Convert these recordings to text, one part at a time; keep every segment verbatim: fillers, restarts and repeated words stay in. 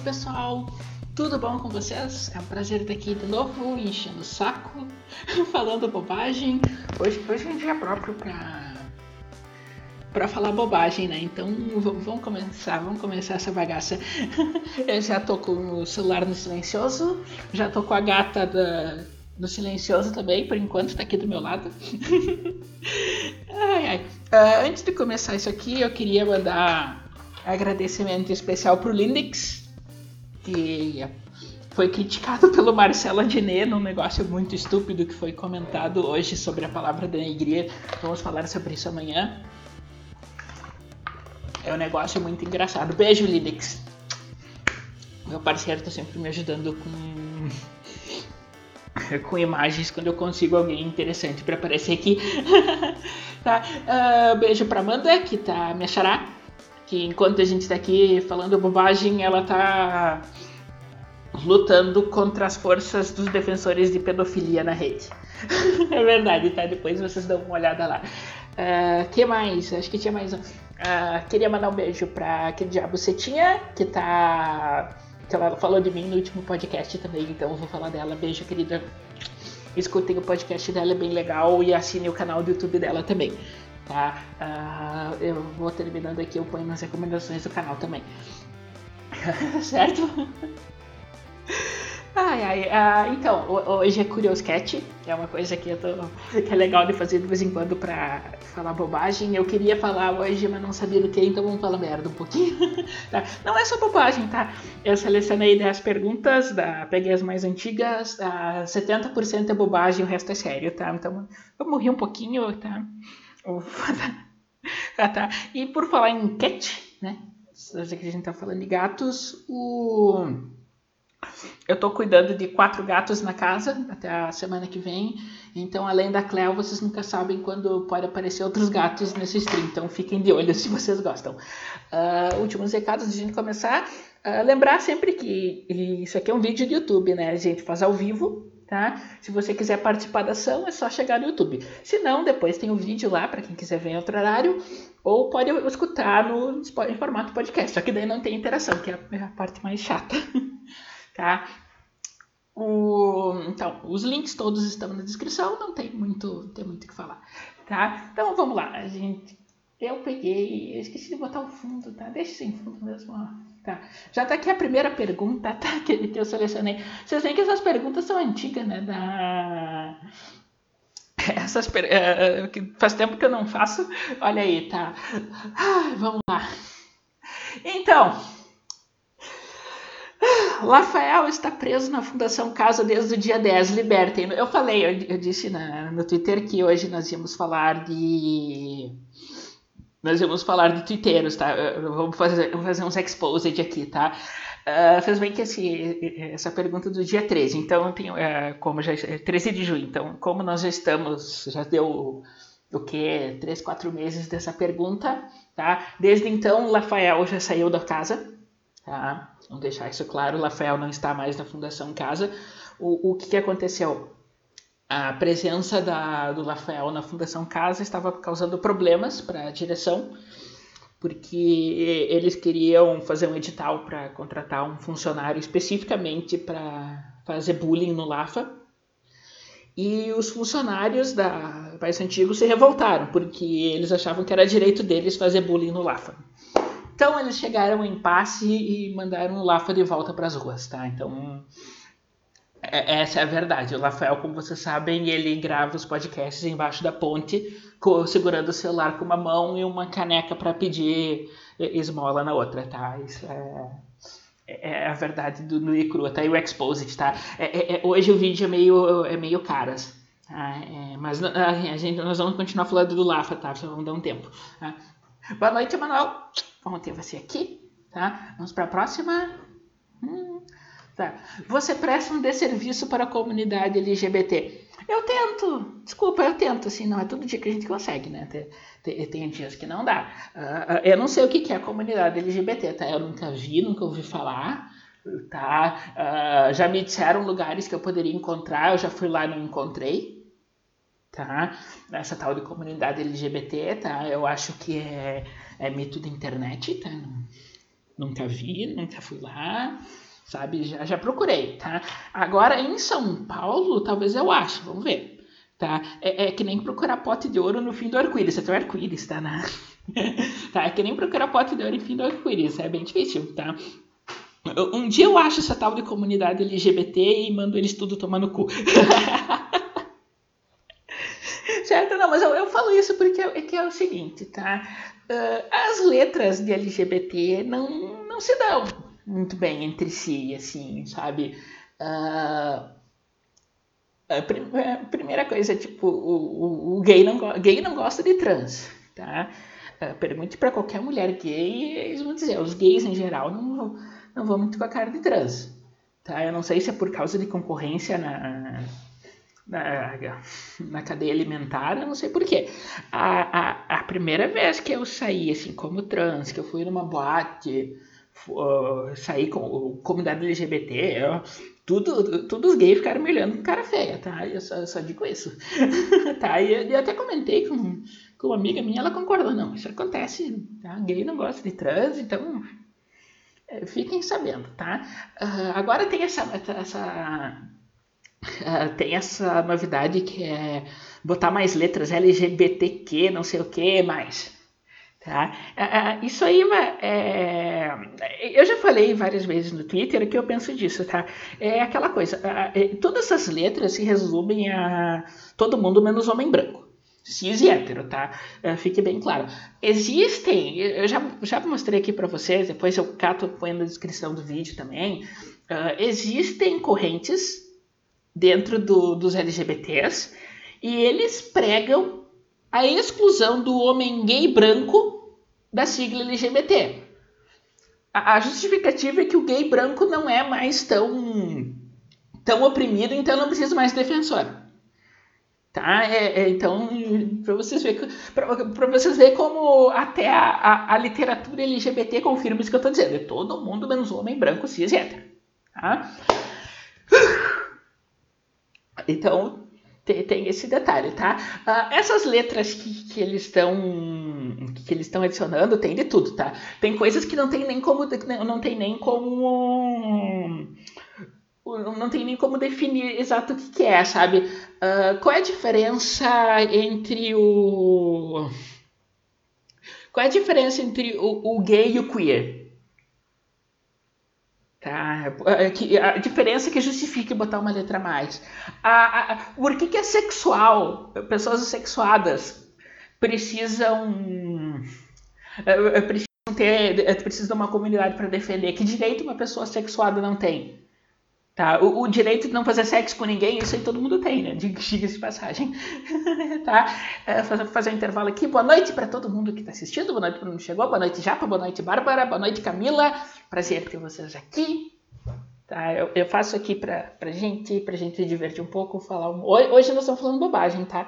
pessoal, tudo bom com vocês? É um prazer estar aqui de novo, enchendo o saco, falando bobagem. Hoje, hoje é um dia próprio para para falar bobagem, né? Então vamos começar, vamos começar essa bagaça. Eu já tô com o celular no silencioso, já tô com a gata da, no silencioso também, por enquanto tá aqui do meu lado. ai, ai. Uh, antes de começar isso aqui, eu queria mandar agradecimento especial pro Lindex, que foi criticado pelo Marcelo Adnet num negócio muito estúpido que foi comentado hoje sobre a palavra denegrir. Vamos falar sobre isso amanhã. É um negócio muito engraçado. Beijo, Lindex. Meu parceiro tá sempre me ajudando com com imagens quando eu consigo alguém interessante para aparecer aqui. Tá? Uh, beijo pra Amanda, que tá me achará. Que enquanto a gente tá aqui falando bobagem, ela tá lutando contra as forças dos defensores de pedofilia na rede. É verdade, tá? Depois vocês dão uma olhada lá. Uh, que mais? Acho que tinha mais um. Uh, queria mandar um beijo pra aquele diabo Cetinha, que tá... que ela falou de mim no último podcast também, então eu vou falar dela. Beijo, querida. Escutem o podcast dela, é bem legal, e assinem o canal do YouTube dela também. Tá? Uh, eu vou terminando aqui, eu ponho nas recomendações do canal também. Certo? Ai, ai, ah, então, hoje é Curioscat, é uma coisa que, eu tô, que é legal de fazer de vez em quando pra falar bobagem. Eu queria falar hoje, mas não sabia do que, então vamos falar merda um pouquinho. Tá? Não é só bobagem, tá? Eu selecionei dez perguntas, da, peguei as mais antigas, da, setenta por cento é bobagem, o resto é sério, tá? Então vamos rir um pouquinho, tá? Ah, tá? E por falar em cat, né? Já que a gente tá falando de gatos, o... eu tô cuidando de quatro gatos na casa até a semana que vem. Então, além da Cleo, vocês nunca sabem quando pode aparecer outros gatos nesse stream. Então, fiquem de olho se vocês gostam. Uh, últimos recados antes de a gente começar. Uh, lembrar sempre que isso aqui é um vídeo de YouTube, né? A gente faz ao vivo, tá? Se você quiser participar da ação, é só chegar no YouTube. Se não, depois tem o um vídeo lá para quem quiser ver em outro horário. Ou pode escutar no, em formato podcast. Só que daí não tem interação, que é a parte mais chata. Tá? O, então, os links todos estão na descrição, não tem muito tem muito o que falar, tá? Então vamos lá, a gente, eu peguei, eu esqueci de botar o fundo, tá? Deixa sem fundo mesmo, ó. Tá? Já tá aqui a primeira pergunta, tá? Que, que eu selecionei. Vocês veem que essas perguntas são antigas, né? Da... Essas per... uh, faz tempo que eu não faço. Olha aí, tá? Ah, vamos lá. Então... Rafael está preso na Fundação Casa desde o dia dez, libertem. Eu falei, eu, eu disse na, no Twitter que hoje nós íamos falar de... Nós íamos falar de twitteiros, tá? Vamos fazer, vamos fazer uns exposed aqui, tá? Uh, fez bem que esse, essa pergunta do dia treze, então eu tenho, uh, como já é treze de junho, então como nós já estamos, já deu o que? três, quatro meses dessa pergunta, tá? Desde então, o Rafael já saiu da casa. Tá? Vamos deixar isso claro, o Rafael não está mais na Fundação Casa. O, o que, que aconteceu? A presença da, do Rafael na Fundação Casa estava causando problemas para a direção, porque eles queriam fazer um edital para contratar um funcionário especificamente para fazer bullying no Lafa. E os funcionários da País Antigo se revoltaram, porque eles achavam que era direito deles fazer bullying no Lafa. Então eles chegaram em impasse e mandaram o Lafa de volta para as ruas, tá? Então é, essa é a verdade. O Rafael, como vocês sabem, ele grava os podcasts embaixo da ponte, com, segurando o celular com uma mão e uma caneca para pedir esmola na outra, tá? Isso é, é a verdade do nu e crua, tá? E o Exposed, tá? É, é, hoje o vídeo é meio, é meio caras, tá? É, mas a, a gente, nós vamos continuar falando do Lafa, tá? Só vamos dar um tempo, tá? Boa noite, Emanuel. Vamos ter você aqui, tá? Vamos para a próxima. Hum, tá. Você presta um desserviço para a comunidade L G B T. Eu tento. Desculpa, eu tento. Assim, não é todo dia que a gente consegue, né? Tem, tem, tem dias que não dá. Uh, eu não sei o que é a comunidade L G B T, tá? Eu nunca vi, nunca ouvi falar, tá? Uh, já me disseram lugares que eu poderia encontrar. Eu já fui lá e não encontrei. Tá? Essa tal de comunidade L G B T, tá? Eu acho que é, é mito da internet, tá? Nunca vi, nunca fui lá, sabe? Já, já procurei, tá? Agora, em São Paulo, talvez eu ache, vamos ver. Tá? É, é que nem procurar pote de ouro no fim do arco-íris. Você tem um arco-íris, tá? Na... tá? É que nem procurar pote de ouro no fim do arco-íris. É bem difícil, tá? Um dia eu acho essa tal de comunidade L G B T e mando eles tudo tomar no cu. Certo? Não, mas eu, eu falo isso porque é, que é o seguinte, tá? Uh, as letras de L G B T não, não se dão muito bem entre si, assim, sabe? Uh, a, prim a primeira coisa, tipo, o, o, o gay, não gay não gosta de trans, tá? Uh, pergunte pra qualquer mulher gay, eles vão dizer, os gays em geral não vão, não vão muito com a cara de trans, tá? Eu não sei se é por causa de concorrência na... Na, na cadeia alimentar, eu não sei porquê. A, a, a primeira vez que eu saí, assim, como trans, que eu fui numa boate, uh, saí com comunidade L G B T, eu, tudo, tudo os gays ficaram me olhando com cara feia, tá? Eu só, só digo isso. Tá? E eu, eu até comentei com, com uma amiga minha, ela concordou, não, isso acontece, tá? Gay não gosta de trans, então é, fiquem sabendo, tá? Uh, agora tem essa... essa Uh, tem essa novidade que é botar mais letras L G B T Q, não sei o que mais. Tá? Uh, uh, isso aí é... Eu já falei várias vezes no Twitter que eu penso disso, tá? É aquela coisa, uh, uh, todas essas letras se resumem a todo mundo menos homem branco. Cis e hétero, tá? Uh, fique bem claro. Existem, eu já, já mostrei aqui para vocês, depois eu cato, põe na descrição do vídeo também, uh, existem correntes dentro do, dos L G B Ts, e eles pregam a exclusão do homem gay branco da sigla L G B T. A, a justificativa é que o gay branco não é mais tão, tão oprimido, então não precisa mais de defensor. Tá? É, é, então, para vocês verem vocês ver como até a, a, a literatura L G B T confirma isso que eu estou dizendo. É todo mundo menos homem branco, cis e hétero. Tá? Então, tem, tem esse detalhe, tá? Uh, essas letras que, que eles estão que eles estão adicionando, tem de tudo, tá? Tem coisas que não tem nem como não tem nem como não tem nem como definir exato o que, que é, sabe? Uh, qual é a diferença entre o qual é a diferença entre o, o gay e o queer? Tá? A diferença que justifica botar uma letra a mais. A, a, por que, que é sexual? Pessoas assexuadas precisam, precisam ter, precisam de uma comunidade para defender. Que direito uma pessoa assexuada não tem? Tá? O, o direito de não fazer sexo com ninguém, isso aí todo mundo tem, né? Diga-se de passagem. Tá? É, fazer um intervalo aqui. Boa noite para todo mundo que está assistindo. Boa noite para quem chegou. Boa noite, Japa. Boa noite, Bárbara. Boa noite, Camila. Prazer ter vocês aqui. Tá? Eu, eu faço aqui pra, pra gente, pra gente divertir um pouco, falar um... Hoje nós estamos falando bobagem, tá?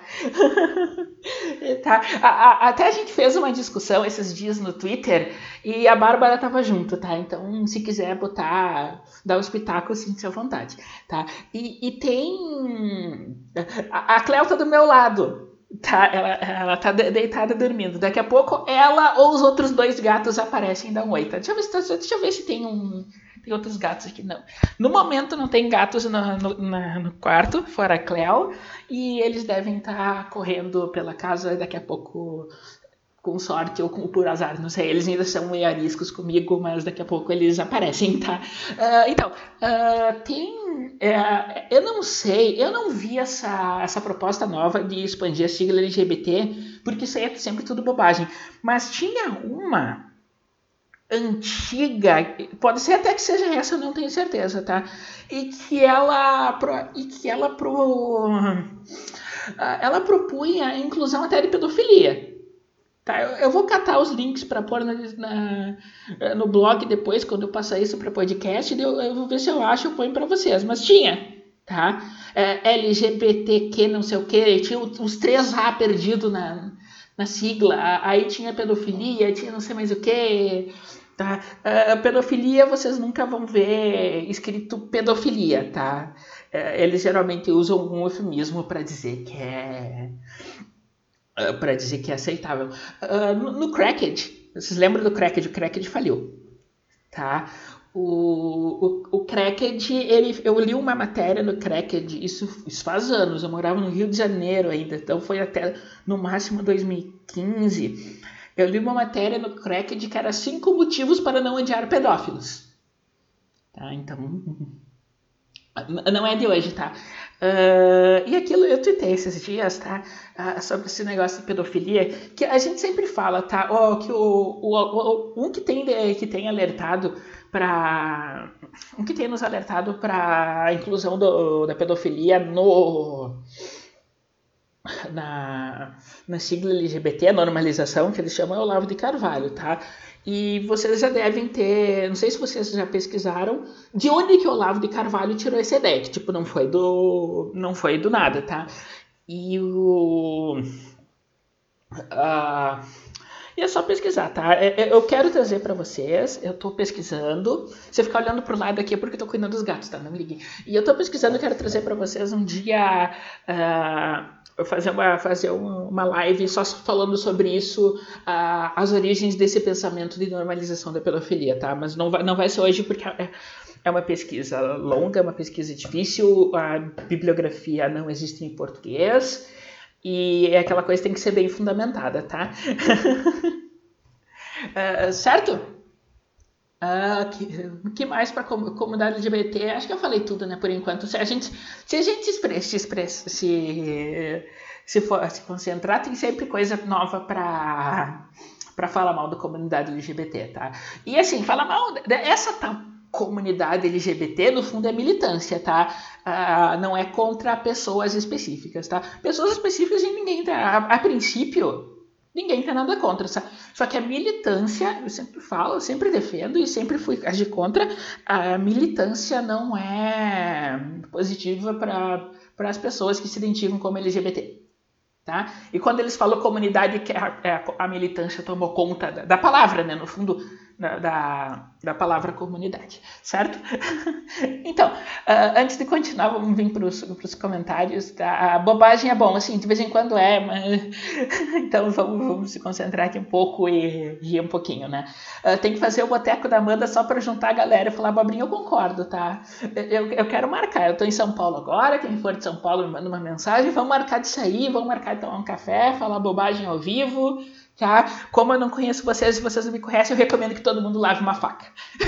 Tá? A, a, até a gente fez uma discussão esses dias no Twitter e a Bárbara tava junto, tá? Então, se quiser botar, dar um espetáculo, sinta-se à vontade, tá? E, e tem... A, a Cléo tá do meu lado, tá? Ela, ela tá deitada dormindo. Daqui a pouco ela ou os outros dois gatos aparecem e dão um oi, tá? Deixa eu ver, deixa eu ver se tem um... Tem outros gatos aqui, não. No momento não tem gatos no, no, na, no quarto, fora a Cleo, e eles devem estar correndo pela casa daqui a pouco, com sorte ou com, por azar, não sei. Eles ainda são meio ariscos comigo, mas daqui a pouco eles aparecem, tá? Uh, então, uh, tem... Uh, eu não sei, eu não vi essa, essa proposta nova de expandir a sigla L G B T, porque isso aí é sempre tudo bobagem. Mas tinha uma... antiga, pode ser até que seja essa, eu não tenho certeza, tá? E que ela, e que ela, pro, ela propunha a inclusão até de pedofilia. Tá? Eu, eu vou catar os links para pôr na, na, no blog depois, quando eu passar isso para podcast, eu, eu vou ver se eu acho e ponho para vocês. Mas tinha, tá? É, L G B T Q, não sei o que, tinha os três A perdidos na, na sigla, aí tinha pedofilia, tinha não sei mais o que. Tá? Uh, pedofilia vocês nunca vão ver escrito pedofilia, tá? Uh, eles geralmente usam um eufemismo para dizer que é uh, para dizer que é aceitável. Uh, no, no Cracked, vocês lembram do Cracked? O Cracked faliu. tá? O, o, o Cracked, ele, eu li uma matéria no Cracked, isso, isso faz anos, eu morava no Rio de Janeiro ainda, então foi até no máximo dois mil e quinze. Eu li uma matéria no Cracked que era cinco motivos para não odiar pedófilos. Tá, então, não é de hoje, tá? Uh, e aquilo eu tuitei esses dias, tá? Uh, sobre esse negócio de pedofilia, que a gente sempre fala, tá? Oh, que o, o, o, um que tem, que tem alertado para um que tem nos alertado para a inclusão do, da pedofilia no na, na sigla L G B T, a normalização, que eles chamam, é o Olavo de Carvalho, tá? E vocês já devem ter, não sei se vocês já pesquisaram, de onde que o Olavo de Carvalho tirou essa ideia, que tipo, não foi do, não foi do nada, tá? E o... Uh, e é só pesquisar, tá? Eu quero trazer para vocês, eu tô pesquisando, você ficar olhando pro lado aqui é porque eu tô cuidando dos gatos, tá? Não me liguem. E eu tô pesquisando, eu quero trazer para vocês um dia... Uh, fazer uma, fazer uma live só falando sobre isso, uh, as origens desse pensamento de normalização da pedofilia, tá? Mas não vai, não vai ser hoje porque é, é uma pesquisa longa, é uma pesquisa difícil, a bibliografia não existe em português e é aquela coisa que tem que ser bem fundamentada, tá? uh, certo? Uh, que, que mais para a comunidade L G B T? Acho que eu falei tudo, né, por enquanto. Se a gente se, a gente expressa, se, expressa, se, se, for, se concentrar, tem sempre coisa nova para para falar mal da comunidade L G B T, tá? E assim, falar mal dessa tá, comunidade L G B T, no fundo, é militância, tá? Uh, não é contra pessoas específicas, tá? Pessoas específicas e ninguém tá. A, a princípio... Ninguém tem nada contra, sabe? Só que a militância, eu sempre falo, eu sempre defendo e sempre fui agir contra, a militância não é positiva para as pessoas que se identificam como L G B T. Tá? E quando eles falam comunidade, que a, a, a militância tomou conta da, da palavra, né? No fundo, da, da, da palavra comunidade, certo? Então, uh, antes de continuar, vamos vir para os comentários. Tá? A bobagem é bom, assim, de vez em quando é, mas... então vamos, vamos se concentrar aqui um pouco e rir um pouquinho, né? Uh, tem que fazer o boteco da Amanda só para juntar a galera e falar, abobrinha, eu concordo, tá? Eu, eu quero marcar, eu tô em São Paulo agora, quem for de São Paulo me manda uma mensagem, vamos marcar de sair, vamos marcar de tomar um café, falar bobagem ao vivo, tá? Como eu não conheço vocês e vocês não me conhecem, eu recomendo que todo mundo lave uma faca.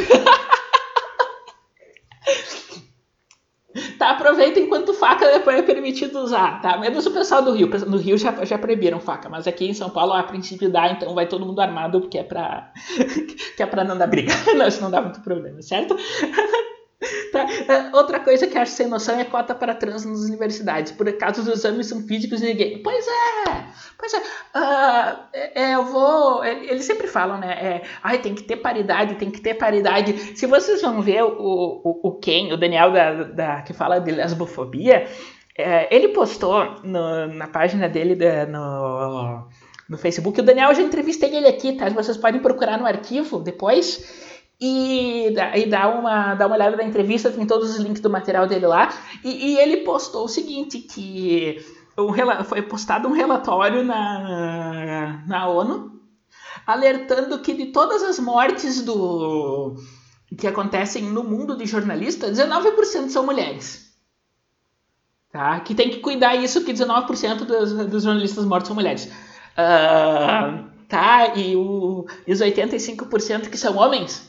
Tá, aproveita enquanto faca depois é permitido usar, tá? Menos o pessoal do Rio. No Rio já, já proibiram faca, mas aqui em São Paulo a princípio dá, então vai todo mundo armado porque é pra, que é pra não dar briga. Não, isso não dá muito problema, certo? Tá. Outra coisa que eu acho sem noção é cota para trans nas universidades. Por acaso os exames são físicos e ninguém. Pois é, pois é. Uh, é eu vou. Eles sempre falam, né? É, ai, tem que ter paridade, tem que ter paridade. Se vocês vão ver o, o, o Ken, o Daniel da, da, que fala de lesbofobia, é, ele postou no, na página dele da, no, no Facebook. O Daniel, eu já entrevistei ele aqui, tá? Vocês podem procurar no arquivo depois. E, e dá, uma, dá uma olhada na entrevista, tem todos os links do material dele lá. E, e ele postou o seguinte, que um, foi postado um relatório na, na ONU, alertando que de todas as mortes do, que acontecem no mundo de jornalistas, dezenove por cento são mulheres. Tá? Que tem que cuidar isso, que dezenove por cento dos, dos jornalistas mortos são mulheres. Uh, tá? E, o, e os oitenta e cinco por cento que são homens...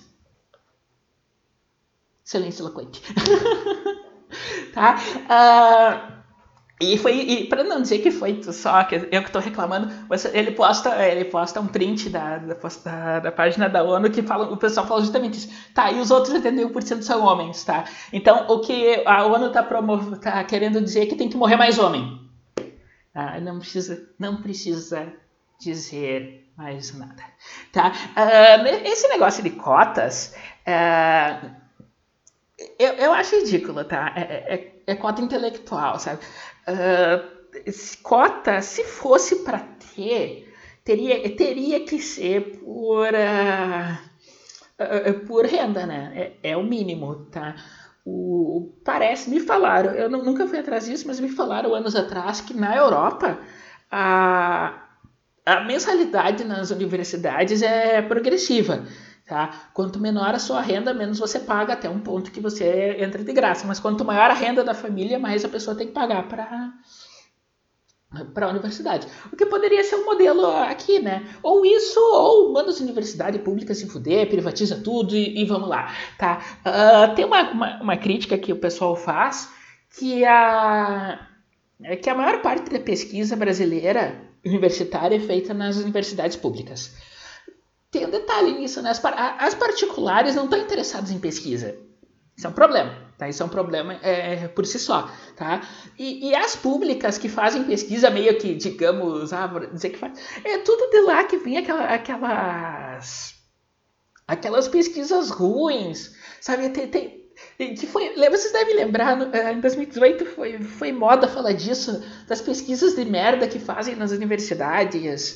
Silêncio eloquente. Tá? Uh, e foi, e para não dizer que foi só que eu que estou reclamando, ele posta, ele posta um print da, da, da página da ONU que fala, o pessoal fala justamente isso. Tá, e os outros oitenta e um por cento são homens, tá? Então, o que a ONU está tá querendo dizer é que tem que morrer mais homem. Ah, não precisa, não precisa dizer mais nada. Tá? Uh, esse negócio de cotas... Uh, Eu, eu acho ridículo, tá? É, é, é cota intelectual, sabe? Uh, cota, se fosse para ter, teria, teria que ser por, uh, uh, por renda, né? É, é o mínimo, tá? O, parece, me falaram, eu nunca fui atrás disso, mas me falaram anos atrás que na Europa a, a mensalidade nas universidades é progressiva. Tá? Quanto menor a sua renda, menos você paga até um ponto que você entra de graça. Mas quanto maior a renda da família, mais a pessoa tem que pagar para para a universidade. O que poderia ser um modelo aqui, né? Ou isso, ou manda as universidades públicas se fuder, privatiza tudo e, e vamos lá, tá? Uh, tem uma, uma, uma crítica que o pessoal faz que a, que a maior parte da pesquisa brasileira universitária é feita nas universidades públicas. Tem um detalhe nisso, né? As, as particulares não estão interessadas em pesquisa. Isso é um problema, tá? Isso é um problema é, por si só, tá? E, e as públicas que fazem pesquisa meio que, digamos, ah, dizer que faz, é tudo de lá que vem aquela, aquelas aquelas pesquisas ruins, sabe? Tem, tem, que foi, vocês devem lembrar, em dois mil e dezoito foi, foi moda falar disso, das pesquisas de merda que fazem nas universidades.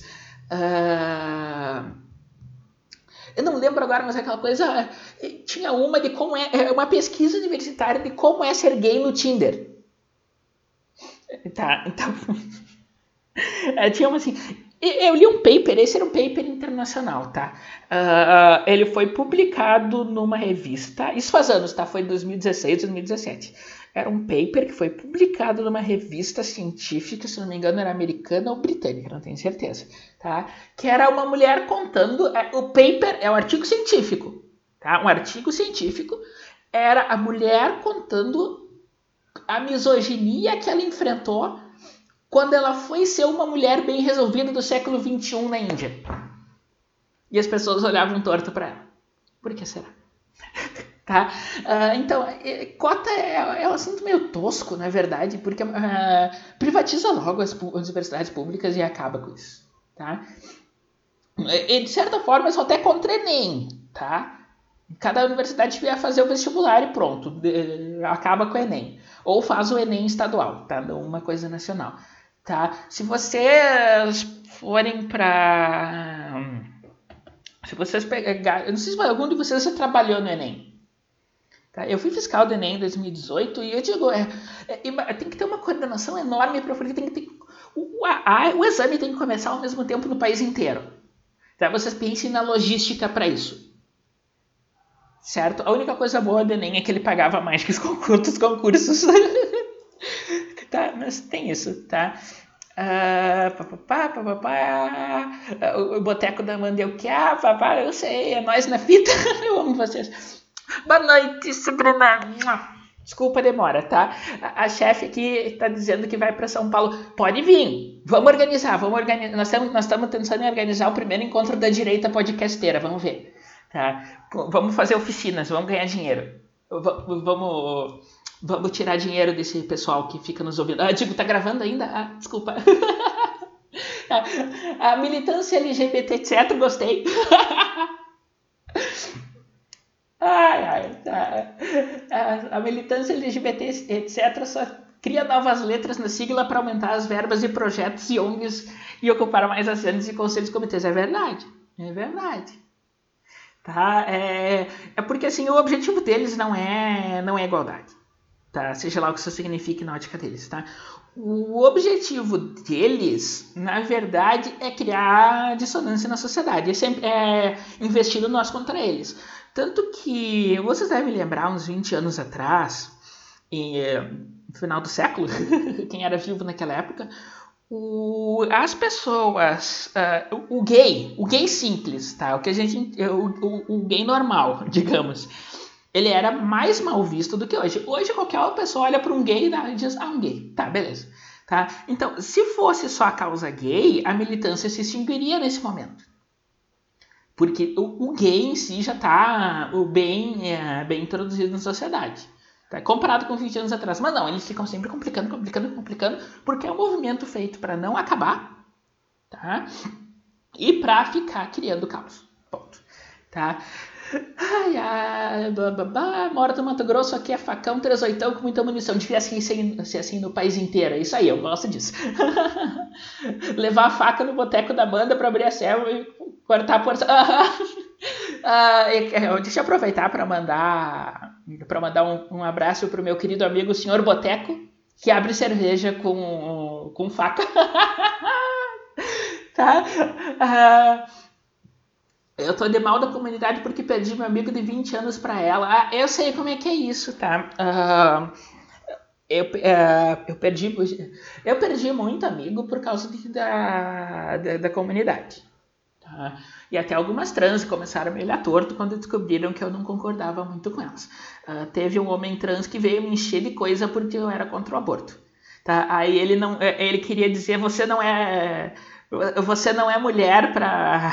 Uh... Eu não lembro agora, mas aquela coisa... Tinha uma de como é... Uma pesquisa universitária de como é ser gay no Tinder. Tá, então... Tinha uma assim... Eu li um paper, esse era um paper internacional, tá? Uh, ele foi publicado numa revista... Isso faz anos, tá? Foi em dois mil e dezesseis, dois mil e dezessete. Era um paper que foi publicado numa revista científica, se não me engano era americana ou britânica, não tenho certeza, tá? Que era uma mulher contando, o paper é um artigo científico, tá? Um artigo científico era a mulher contando a misoginia que ela enfrentou quando ela foi ser uma mulher bem resolvida do século vinte e um na Índia. E as pessoas olhavam torto para ela. Por que será? Tá? Uh, então, cota é, é um assunto meio tosco, na verdade, porque uh, privatiza logo as, as universidades públicas e acaba com isso. Tá? E, de certa forma, eu sou até contra o Enem. Tá? Cada universidade devia fazer o vestibular e pronto, de, acaba com o Enem. Ou faz o Enem estadual, tá? Não uma coisa nacional. Tá? Se vocês forem para... Se vocês pegar... Eu não sei se algum de vocês já trabalhou no Enem. Eu fui fiscal do Enem em dois mil e dezoito e eu digo, é, é, tem que ter uma coordenação enorme para porque tem que ter, o, a, o exame tem que começar ao mesmo tempo no país inteiro. Tá? Vocês pensem na logística para isso. Certo? A única coisa boa do Enem é que ele pagava mais que os concursos. concursos. Tá? Mas tem isso, tá? Ah, papapá, papapá, o, o boteco da Mandeuquiá, papá, eu sei, é nós na fita, eu amo vocês. Boa noite, Sabrina. Desculpa a demora, tá? A, a chefe aqui está dizendo que vai para São Paulo. Pode vir. Vamos organizar. Vamos organizar. Nós estamos nós estamos pensando em organizar o primeiro encontro da direita podcasteira. Vamos ver. Tá? Vamos fazer oficinas. Vamos ganhar dinheiro. V- vamos, vamos tirar dinheiro desse pessoal que fica nos ouvindo. Ah, digo, tá gravando ainda? Ah, desculpa. a, a militância L G B T, etcétera. Gostei. Ai, ai, a, a, a militância L G B T, etcétera, só cria novas letras na sigla para aumentar as verbas de projetos e O N Gs e ocupar mais assentos e conselhos e comitês. É verdade, é verdade. Tá? É, é porque assim, o objetivo deles não é, não é igualdade. Tá? Seja lá o que isso signifique na ótica deles. Tá? O objetivo deles, na verdade, é criar dissonância na sociedade. É, sempre, é investir nós contra eles. Tanto que, vocês devem lembrar, uns vinte anos atrás, em, no final do século, quem era vivo naquela época, o, as pessoas, uh, o, o gay, o gay simples, tá? o, que a gente, o, o, o gay normal, digamos, ele era mais mal visto do que hoje. Hoje qualquer pessoa olha para um gay e diz, ah, um gay, tá, beleza. Tá? Então, se fosse só a causa gay, a militância se extinguiria nesse momento. Porque o, o gay em si já está bem, é, bem introduzido na sociedade. Tá? Comparado com vinte anos atrás. Mas não, eles ficam sempre complicando, complicando, complicando, porque é um movimento feito para não acabar, tá? E para ficar criando caos. Ponto. Tá? Ai, ai, blá, blá, blá. Mora do Mato Grosso, aqui é facão, três oitão com muita munição. Devia ser assim, ser assim no país inteiro. É isso aí, eu gosto disso. Levar a faca no boteco da banda para abrir a selva e cortar a porção. uh, deixa eu aproveitar para mandar, pra mandar um, um abraço para o meu querido amigo, o senhor Boteco, que abre cerveja com, com faca. Tá? Uh, Eu tô de mal da comunidade porque perdi meu amigo de vinte anos pra ela. Ah, eu sei como é que é isso, tá? Uh, eu, uh, eu, perdi, eu perdi muito amigo por causa de, da, da, da comunidade. Tá? E até algumas trans começaram a me olhar torto quando descobriram que eu não concordava muito com elas. Uh, teve um homem trans que veio me encher de coisa porque eu era contra o aborto. Tá? Aí ele, não, ele queria dizer, você não é, você não é mulher pra...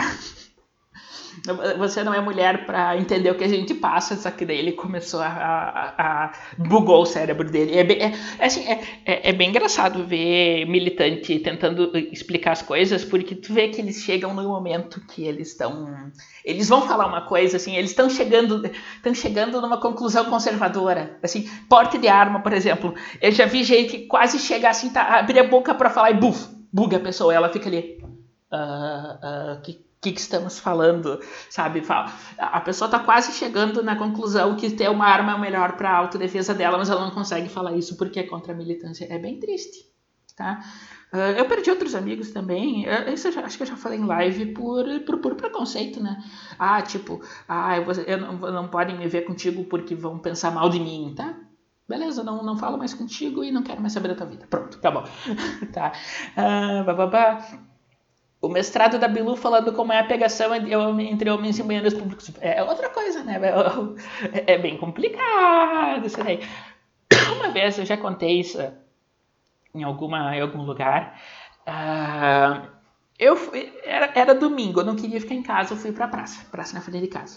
Você não é mulher pra entender o que a gente passa, só que daí ele começou a... a, a bugou o cérebro dele. É bem, é, assim, é, é, é bem engraçado ver militante tentando explicar as coisas, porque tu vê que eles chegam no momento que eles estão... Eles vão falar uma coisa, assim, eles estão chegando, estão chegando numa conclusão conservadora. Assim, porte de arma, por exemplo. Eu já vi gente que quase chega assim, tá, abrir a boca pra falar e buf, buga a pessoa. Ela fica ali... Uh, uh, que que, que estamos falando, sabe? A pessoa está quase chegando na conclusão que ter uma arma é melhor para a autodefesa dela, mas ela não consegue falar isso porque é contra a militância. É bem triste, tá? Uh, eu perdi outros amigos também, isso eu já, acho que eu já falei em live, por, por, por preconceito, né? Ah, tipo, ah, eu, eu não, não podem me ver contigo porque vão pensar mal de mim, tá? Beleza, não, não falo mais contigo e não quero mais saber da tua vida. Pronto, acabou. Tá. Uh, bababá. O mestrado da Bilu falando como é a pegação entre homens e banheiros públicos. É outra coisa, né? É bem complicado isso daí. Uma vez eu já contei isso em, alguma, em algum lugar. Uh, eu fui, era, era domingo, eu não queria ficar em casa, eu fui pra praça, praça na frente de casa.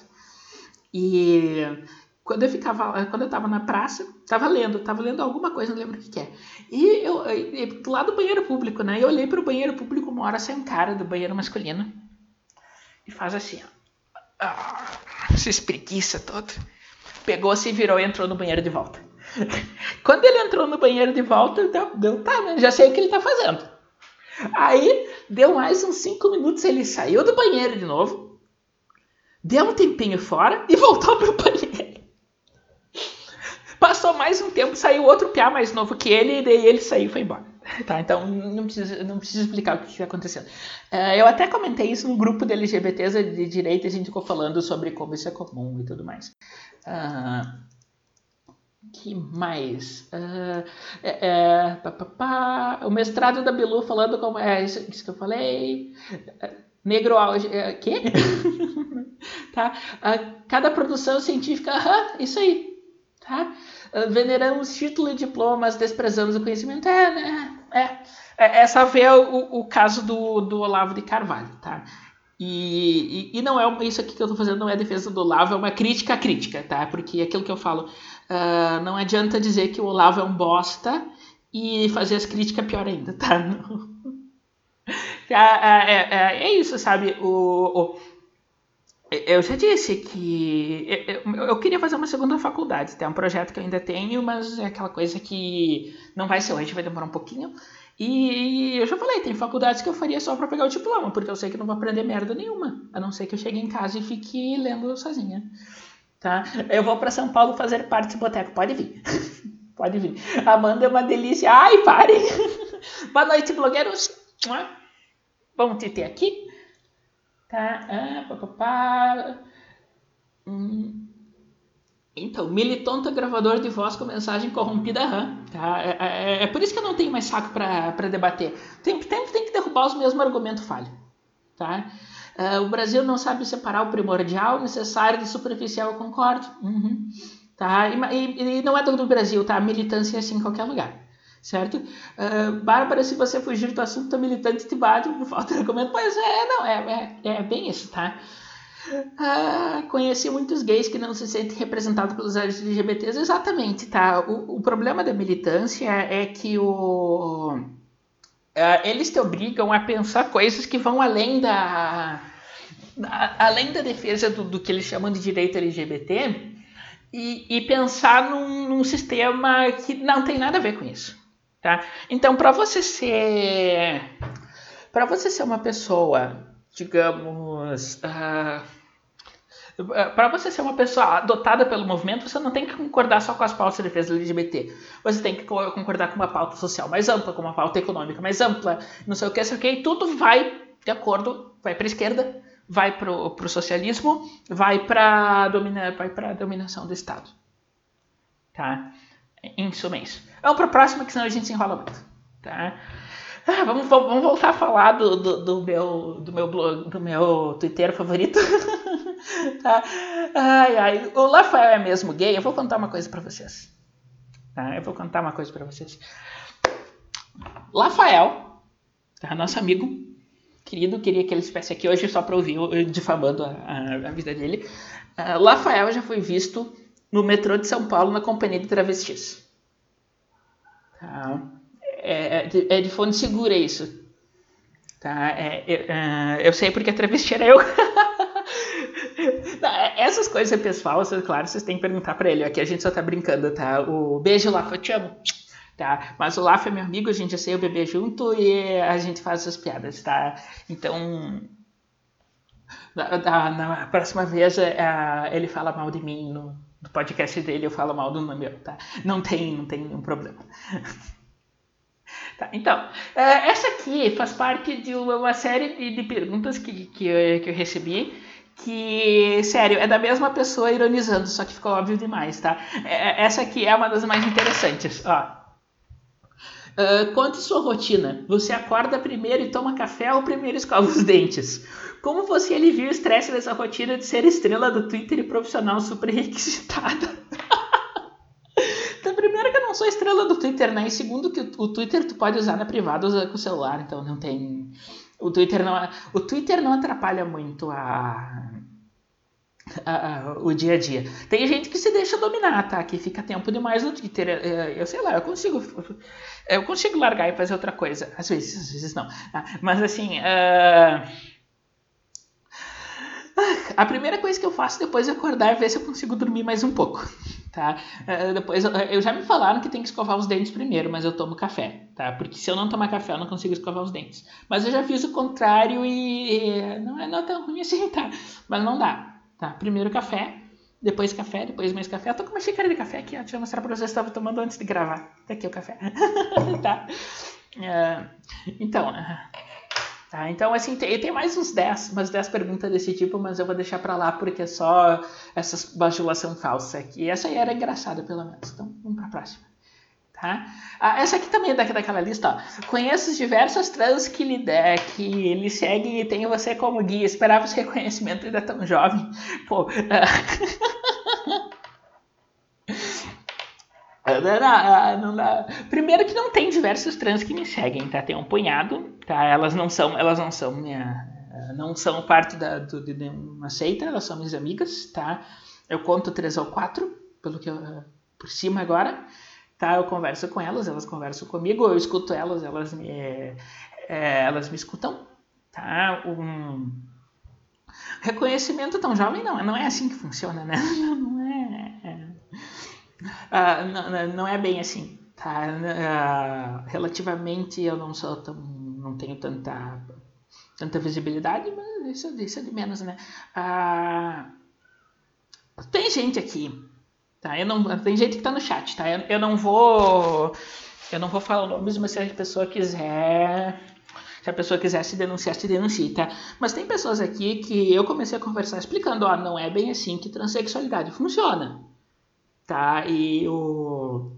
E quando eu ficava, quando eu tava na praça, tava lendo, tava lendo alguma coisa, não lembro o que que é. E eu, eu do lado do banheiro público, né? Eu olhei pro banheiro público, uma hora sai um cara do banheiro masculino e faz assim, ó. Ah, se espreguiça todo. Pegou, se virou e entrou no banheiro de volta. Quando ele entrou no banheiro de volta, deu, deu tá, né? Já sei o que ele tá fazendo. Aí, deu mais uns cinco minutos, ele saiu do banheiro de novo, deu um tempinho fora e voltou pro banheiro. Passou mais um tempo, saiu outro piá mais novo que ele, e daí ele saiu e foi embora. Tá, então não precisa, não precisa explicar o que está acontecendo. Uh, eu até comentei isso no grupo de L G B Ts de direita, a gente ficou falando sobre como isso é comum e tudo mais. Uh, que mais? Uh, é, é, pá, pá, pá. O mestrado da Bilu falando como é isso, isso que eu falei. Uh, negro auge. Uh, quê? Tá? Uh, cada produção científica, uh, isso aí. Tá? Uh, veneramos título e diplomas, desprezamos o conhecimento. É, né? É, é, é só ver o, o caso do, do Olavo de Carvalho, tá? E, e, e não é isso aqui que eu tô fazendo, não é defesa do Olavo, é uma crítica à crítica, tá? Porque aquilo que eu falo, uh, não adianta dizer que o Olavo é um bosta e fazer as críticas pior ainda, tá? Não. É, é, é, é isso, sabe? O, o, eu já disse que eu, eu, eu queria fazer uma segunda faculdade, é um projeto que eu ainda tenho, mas é aquela coisa que não vai ser hoje, vai demorar um pouquinho. E eu já falei, tem faculdades que eu faria só pra pegar o diploma, porque eu sei que não vou aprender merda nenhuma, a não ser que eu chegue em casa e fique lendo sozinha, tá? Eu vou pra São Paulo fazer parte do boteco, pode vir, pode vir. Amanda é uma delícia, ai, parem! Boa noite, blogueiros! Vamos te ter aqui, tá? Ah, papapá. Hum. Então, militonta gravador de voz com mensagem corrompida RAM. Tá? É, é, é por isso que eu não tenho mais saco para debater. Tem, tem, tem que derrubar os mesmos argumentos falhos. Tá? Uh, o Brasil não sabe separar o primordial, necessário de superficial, eu concordo. Uhum. Tá? E, e, e não é do, do Brasil, tá? A militância é assim em qualquer lugar. Certo? Uh, Bárbara, se você fugir do assunto, a militante te bate por falta de argumento. Pois é, não, é, é, é bem isso, tá? Ah, conheci muitos gays que não se sentem representados pelos L G B Ts. Exatamente, tá? O, o problema da militância é que o, uh, eles te obrigam a pensar coisas que vão além da, da além da defesa do, do que eles chamam de direito L G B T e, e pensar num, num sistema que não tem nada a ver com isso, tá? Então, para você ser para você ser uma pessoa, digamos, uh, para você ser uma pessoa adotada pelo movimento, você não tem que concordar só com as pautas de defesa do L G B T. Você tem que concordar com uma pauta social mais ampla, com uma pauta econômica mais ampla, não sei o que, sei o que, e tudo vai de acordo, vai para a esquerda, vai para o socialismo, vai para domina, vai a dominação do Estado. Tá? Em suma é isso. Vamos para a próxima, que senão a gente se enrola muito. Tá? Ah, vamos, vamos voltar a falar do, do, do, meu, do meu blog, do meu Twitter favorito. Tá? Ai, ai. O Rafael é mesmo gay? Eu vou contar uma coisa para vocês. Tá? Eu vou contar uma coisa para vocês. Rafael, tá? Nosso amigo querido, queria que ele estivesse aqui hoje só para ouvir eu difamando a, a, a vida dele. Uh, Rafael já foi visto no metrô de São Paulo na companhia de travestis. Tá? É, é, de, é de fonte segura isso. Tá? É, é, é, eu sei porque a travesti era eu. Essas coisas, pessoal, claro, vocês têm que perguntar pra ele. Aqui a gente só tá brincando, tá? O beijo, Lafa, eu te amo. Tá? Mas o Lafa é meu amigo, a gente já saiu beber junto e a gente faz essas piadas, tá? Então, na, na, na próxima vez é, ele fala mal de mim no, no podcast dele, eu falo mal do meu, tá? Não tem, não tem nenhum problema. Tá, então, essa aqui faz parte de uma série de, de perguntas que, que, eu, que eu recebi, que, sério, é da mesma pessoa ironizando, só que ficou óbvio demais, tá? Essa aqui é uma das mais interessantes, ó. Uh, conte sua rotina. Você acorda primeiro e toma café ou primeiro escova os dentes? Como você alivia o estresse dessa rotina de ser estrela do Twitter e profissional super requisitada? Então, primeiro que eu não sou estrela do Twitter, né? E segundo que o Twitter tu pode usar na privada, usa com o celular, então não tem... O Twitter não, o Twitter não atrapalha muito a... A, a, o dia a dia. Tem gente que se deixa dominar, tá? Que fica tempo demais no Twitter. Eu, eu sei lá, eu consigo eu consigo largar e fazer outra coisa. Às vezes, às vezes não. Tá? Mas assim, uh... a primeira coisa que eu faço depois de acordar é ver se eu consigo dormir mais um pouco. Tá? Uh, depois, eu já me falaram que tem que escovar os dentes primeiro, mas eu tomo café. Tá? Porque se eu não tomar café, eu não consigo escovar os dentes. Mas eu já fiz o contrário e não é, não é tão ruim assim, tá? Mas não dá. Tá, primeiro café, depois café, depois mais café. Eu tô com uma xícara de café aqui, ó. Deixa eu mostrar pra vocês que eu estava tomando antes de gravar. Tá aqui o café. Tá. Uh, então, tá, então, assim, tem, tem mais uns dez, umas dez perguntas desse tipo, mas eu vou deixar pra lá porque é só essa bajulação falsa aqui. Essa aí era engraçada, pelo menos. Então, vamos pra próxima. Tá? Ah, essa aqui também é daquela lista, ó. Conheço diversas trans que lhe, der, que lhe seguem e tenho você como guia. Esperava esse reconhecimento ainda tão jovem. Pô, não, não, não dá. Primeiro que não tem diversos trans que me seguem, tá? Tem um punhado, tá? Elas não são, elas não são minha, não são parte da, do, de uma seita, elas são minhas amigas, tá? Eu conto três ou quatro, pelo que eu, por cima agora. Tá, eu converso com elas, elas conversam comigo, eu escuto elas, elas me, é, elas me escutam. Tá? Um reconhecimento tão jovem não, não é assim que funciona, né? Não, não é, é uh, não, não é bem assim. Tá? Uh, relativamente eu não sou tão, não tenho tanta, tanta visibilidade, mas isso, isso é de menos, né? Uh, tem gente aqui. Tá, eu não, tem gente que tá no chat, tá? Eu, eu não vou eu não vou falar nomes, mas se a pessoa quiser se a pessoa quiser se denunciar, se denuncie, tá? Mas tem pessoas aqui que eu comecei a conversar explicando, ó, não é bem assim que transexualidade funciona, tá? E o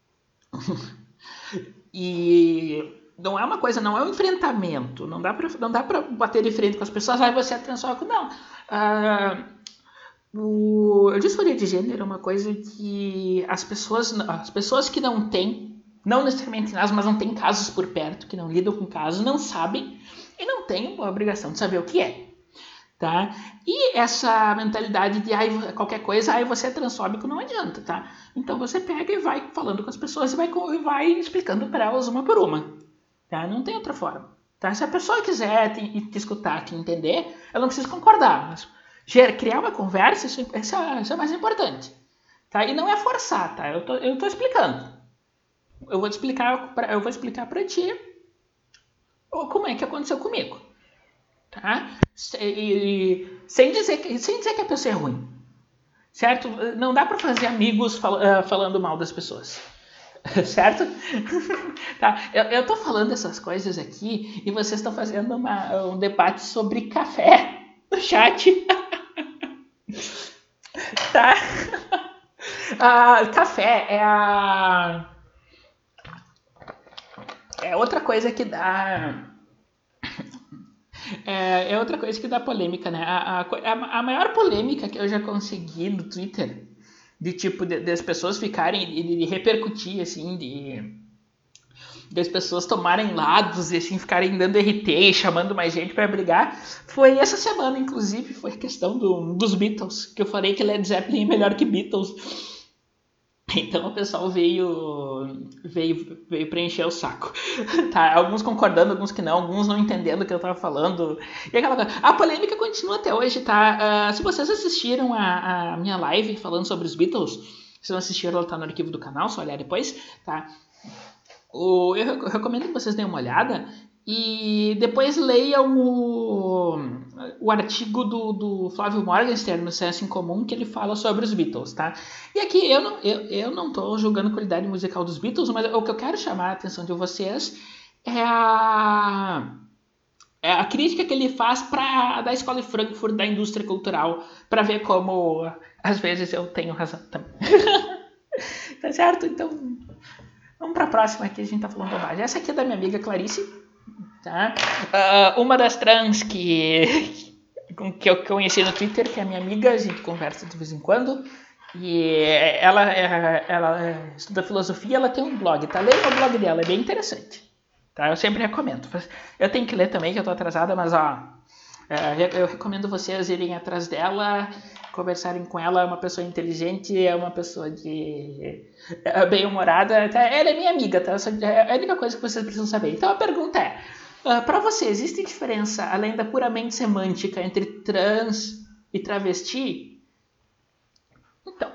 e não é uma coisa, não é um enfrentamento, não dá pra, não dá pra bater de frente com as pessoas, aí você é transfóbico, não. Ah, O, a disforia de gênero é uma coisa que as pessoas, as pessoas que não têm, não necessariamente elas, mas não têm casos por perto, que não lidam com casos, não sabem e não têm a obrigação de saber o que é. Tá? E essa mentalidade de ai, qualquer coisa, ai, você é transfóbico, não adianta. Tá? Então você pega e vai falando com as pessoas e vai, e vai explicando para elas uma por uma. Tá? Não tem outra forma. Tá? Se a pessoa quiser te, te escutar, te entender, ela não precisa concordar, mas criar uma conversa, isso, isso, é, isso é mais importante. Tá? E não é forçar, tá? Eu tô, eu tô explicando. Eu vou te explicar, pra, eu vou explicar pra ti como é que aconteceu comigo. Tá? E, sem, dizer que, sem dizer que a pessoa é ruim. Certo? Não dá pra fazer amigos fal, uh, falando mal das pessoas. Certo? Tá? Eu, eu tô falando essas coisas aqui e vocês estão fazendo uma, um debate sobre café. no chat. Tá? Ah, café é a... É outra coisa que dá... É, é outra coisa que dá polêmica, né? A, a, a maior polêmica que eu já consegui no Twitter, de tipo, de, de as pessoas ficarem, de, de repercutir, assim, de... das pessoas tomarem lados e assim ficarem dando R T e chamando mais gente para brigar, foi essa semana, inclusive, foi a questão do, dos Beatles, que eu falei que Led Zeppelin é melhor que Beatles. Então o pessoal veio, veio, veio preencher o saco. Tá, alguns concordando, alguns que não, alguns não entendendo o que eu tava falando. E aquela coisa. A polêmica continua até hoje, tá? Uh, se vocês assistiram a, a minha live falando sobre os Beatles, se não assistiram, ela tá no arquivo do canal, só olhar depois, tá? O, eu recomendo que vocês deem uma olhada e depois leiam o, o artigo do, do Flávio Morgenstern no Senso em Comum, que ele fala sobre os Beatles, tá? E aqui eu não, eu, eu não tô julgando a qualidade musical dos Beatles, mas o que eu quero chamar a atenção de vocês é a, é a crítica que ele faz pra, da Escola de Frankfurt, da indústria cultural, para ver como às vezes eu tenho razão também. Tá certo? Então... vamos para a próxima aqui, a gente tá falando bobagem. Essa aqui é da minha amiga Clarice, tá? Uh, uma das trans que, que eu conheci no Twitter, que é minha amiga, a gente conversa de vez em quando. E ela, ela estuda filosofia, ela tem um blog, tá? Leia o blog dela, é bem interessante. Tá? Eu sempre recomendo. Eu tenho que ler também, que eu tô atrasada, mas ó... eu recomendo vocês irem atrás dela, conversarem com ela. É uma pessoa inteligente, é uma pessoa de bem-humorada. Ela é minha amiga, tá? É a única coisa que vocês precisam saber. Então a pergunta é, uh, para você, existe diferença, além da puramente semântica, entre trans e travesti? Então,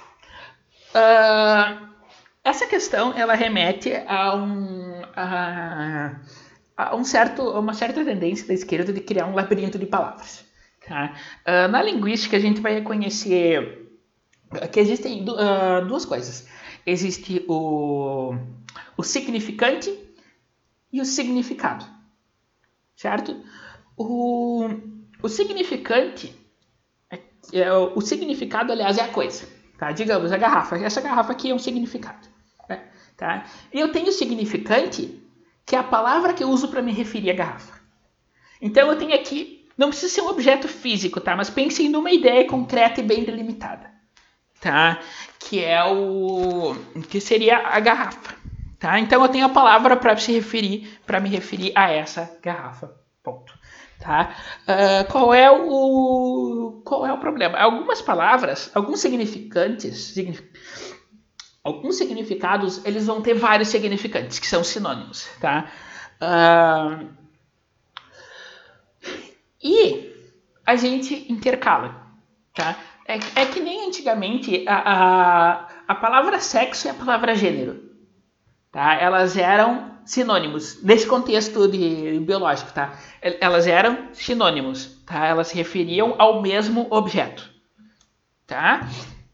uh, essa questão ela remete a um... A, a um certo, uma certa tendência da esquerda de criar um labirinto de palavras. Tá? Uh, na linguística, a gente vai reconhecer que existem uh, duas coisas. Existe o, o significante e o significado. Certo? O, o significante, é, o significado, aliás, é a coisa. Tá? Digamos, a garrafa. Essa garrafa aqui é um significado. Né? Tá? E eu tenho o significante, que é a palavra que eu uso para me referir à garrafa. Então eu tenho aqui, não precisa ser um objeto físico, tá? Mas pensem numa ideia concreta e bem delimitada, tá? Que é o que seria a garrafa, tá? Então eu tenho a palavra para se referir, para me referir a essa garrafa, ponto, tá? Uh, qual é o qual é o problema? Algumas palavras, alguns significantes, signific... alguns significados, eles vão ter vários significantes, que são sinônimos, tá? Uh, e a gente intercala, tá? É, é que nem antigamente a, a, a palavra sexo e a palavra gênero, tá? Elas eram sinônimos, nesse contexto de, de biológico, tá? Elas eram sinônimos, tá? Elas se referiam ao mesmo objeto, tá?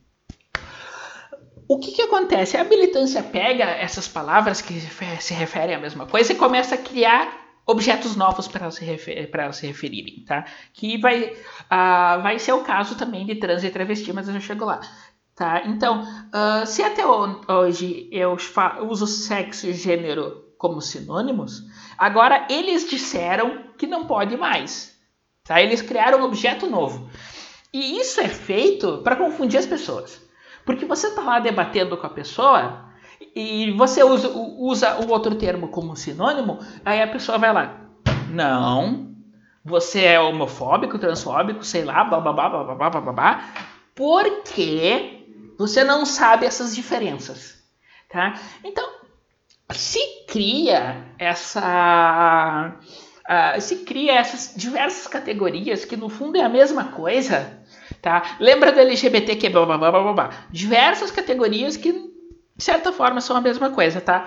O que, que acontece? A militância pega essas palavras que se referem à mesma coisa e começa a criar objetos novos para elas, elas se referirem, tá? Que vai, uh, vai ser o caso também de trans e travesti, mas eu já chego lá. Tá? Então, uh, se até hoje eu uso sexo e gênero como sinônimos, agora eles disseram que não pode mais. Tá? Eles criaram um objeto novo. E isso é feito para confundir as pessoas. Porque você está lá debatendo com a pessoa e você usa, usa o outro termo como sinônimo, aí a pessoa vai lá, não, você é homofóbico, transfóbico, sei lá, blá blá blá blá blá blá blá blá, porque você não sabe essas diferenças, tá? Então, se cria essa, uh, se cria essas diversas categorias que no fundo é a mesma coisa, tá? Lembra do L G B T que é blá blá blá blá blá, diversas categorias que de certa forma são a mesma coisa, tá?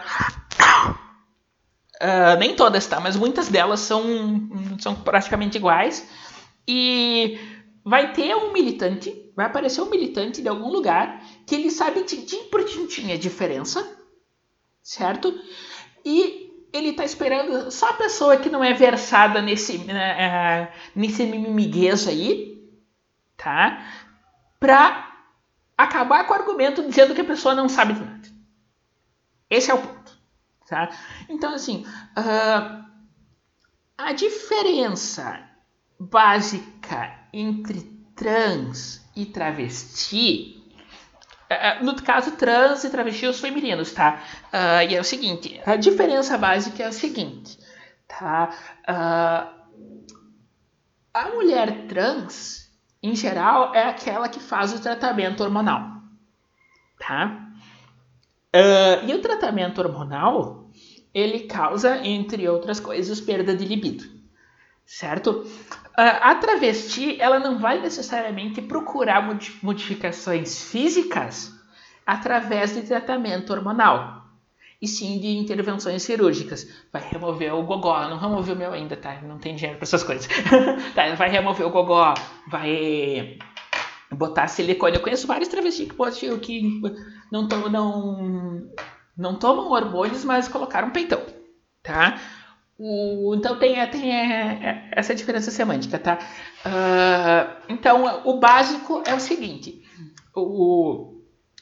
Uh, nem todas, tá? Mas muitas delas são, são praticamente iguais. E vai ter um militante, vai aparecer um militante de algum lugar que ele sabe tintim por tintim a diferença, certo? E ele tá esperando só a pessoa que não é versada nesse, uh, nesse mimimiguês aí, tá? Pra acabar com o argumento dizendo que a pessoa não sabe de nada. Esse é o ponto, tá? Então, assim, uh, a diferença básica entre trans e travesti, uh, no caso, trans e travesti, os femininos, tá? Uh, e é o seguinte, a diferença básica é o seguinte, tá? Uh, a mulher trans, em geral, é aquela que faz o tratamento hormonal, tá? Uh, e o tratamento hormonal, ele causa, entre outras coisas, perda de libido, certo? Uh, a travesti, ela não vai necessariamente procurar modificações físicas através de tratamento hormonal, e sim de intervenções cirúrgicas. Vai remover o gogó, não removeu o meu ainda, tá? Não tem dinheiro para essas coisas. Tá, vai remover o gogó, vai botar silicone. Eu conheço vários travestis que, que não, tomam, não, não tomam hormônios, mas colocaram peitão, tá? O, então tem, tem é, essa diferença semântica, tá? Uh, então o básico é o seguinte: o,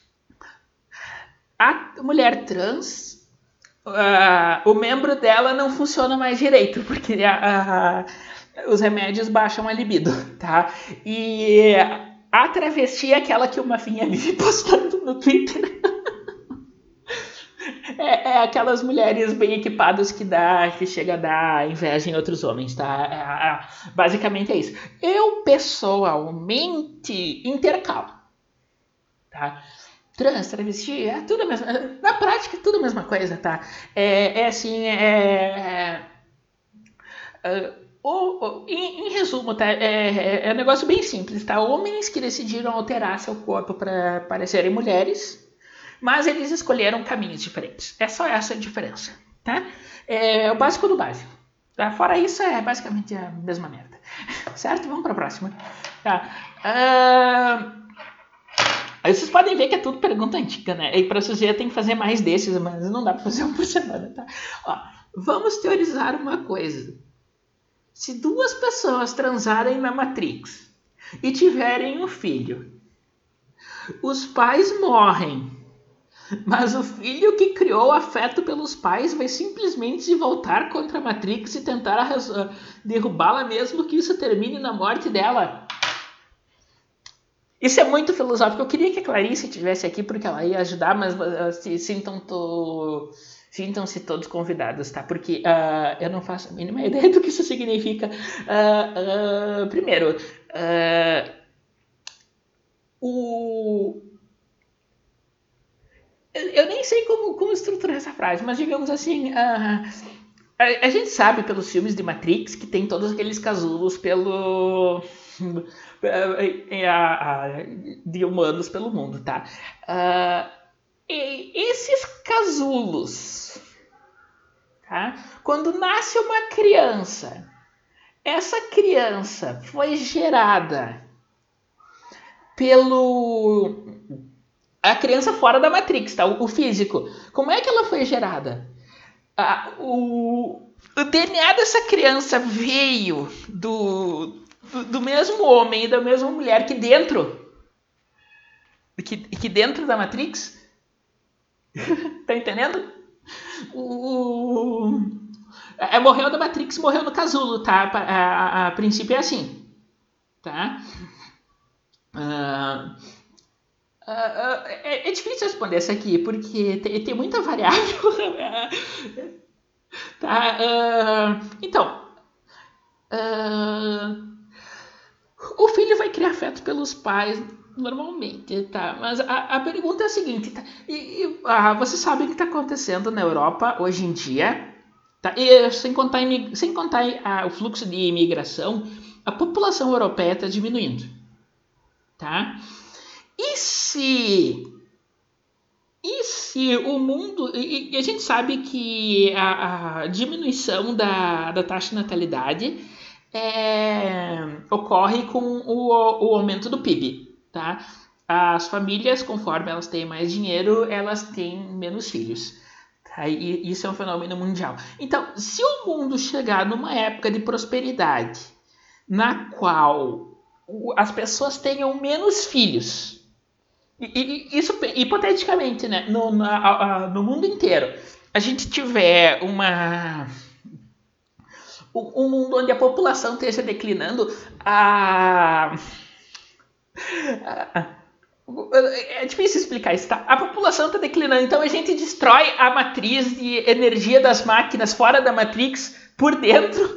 a mulher trans, uh, o membro dela não funciona mais direito, porque a, a, os remédios baixam a libido, tá? E a travesti é aquela que o Mafinha vive postando no Twitter. É, é aquelas mulheres bem equipadas que dá, que chega a dar inveja em outros homens, tá? É, é, basicamente é isso. Eu, pessoalmente, intercalo, tá? Trans, travesti, é tudo a mesma... Na prática, é tudo a mesma coisa, tá? É, é assim, é... é o, o, em, em resumo, tá? É, é, é um negócio bem simples, tá? Homens que decidiram alterar seu corpo para parecerem mulheres, mas eles escolheram caminhos diferentes. É só essa a diferença, tá? É o básico do básico. Tá? Fora isso, é basicamente a mesma merda. Certo? Vamos para a próxima. Tá. Uh... Aí vocês podem ver que é tudo pergunta antiga, né? E para vocês verem, tem que fazer mais desses, mas não dá para fazer um por semana, tá? Ó, vamos teorizar uma coisa. Se duas pessoas transarem na Matrix e tiverem um filho, os pais morrem, mas o filho que criou afeto pelos pais vai simplesmente se voltar contra a Matrix e tentar derrubá-la mesmo que isso termine na morte dela. Isso é muito filosófico. Eu queria que a Clarice estivesse aqui porque ela ia ajudar, mas uh, sintam to... sintam-se todos convidados, tá? Porque uh, eu não faço a mínima ideia do que isso significa. Uh, uh, primeiro, uh, o... eu nem sei como, como estruturar essa frase, mas digamos assim, uh, a, a gente sabe pelos filmes de Matrix que tem todos aqueles casulos pelo... de humanos pelo mundo, tá? Uh, e esses casulos, tá? Quando nasce uma criança, essa criança foi gerada pelo... a criança fora da Matrix, tá? O, o físico. Como é que ela foi gerada? Ah, o, o D N A dessa criança veio do... Do, do mesmo homem e da mesma mulher que dentro que, que dentro da Matrix. Tá entendendo? O, é, morreu da Matrix, morreu no casulo, tá? A, a, a princípio é assim, tá? Uh, uh, uh, é, é difícil responder essa aqui porque tem, tem muita variável. Tá? Uh, então uh, o filho vai criar afeto pelos pais normalmente, tá? Mas a, a pergunta é a seguinte, tá? E, e, ah, você sabe o que está acontecendo na Europa hoje em dia, tá? E sem contar, sem contar ah, o fluxo de imigração, a população europeia está diminuindo, tá? E se... E se o mundo... E, e a gente sabe que a, a diminuição da, da taxa de natalidade... É, ocorre com o, o aumento do P I B, tá? As famílias, conforme elas têm mais dinheiro, elas têm menos filhos, Tá? E isso é um fenômeno mundial. Então, se o mundo chegar numa época de prosperidade, na qual as pessoas tenham menos filhos, e, e, isso hipoteticamente, né, no, na, no mundo inteiro, a gente tiver uma... um mundo onde a população esteja declinando, a... a é difícil explicar isso, tá? A população está declinando, então a gente destrói a matriz de energia das máquinas fora da Matrix por dentro.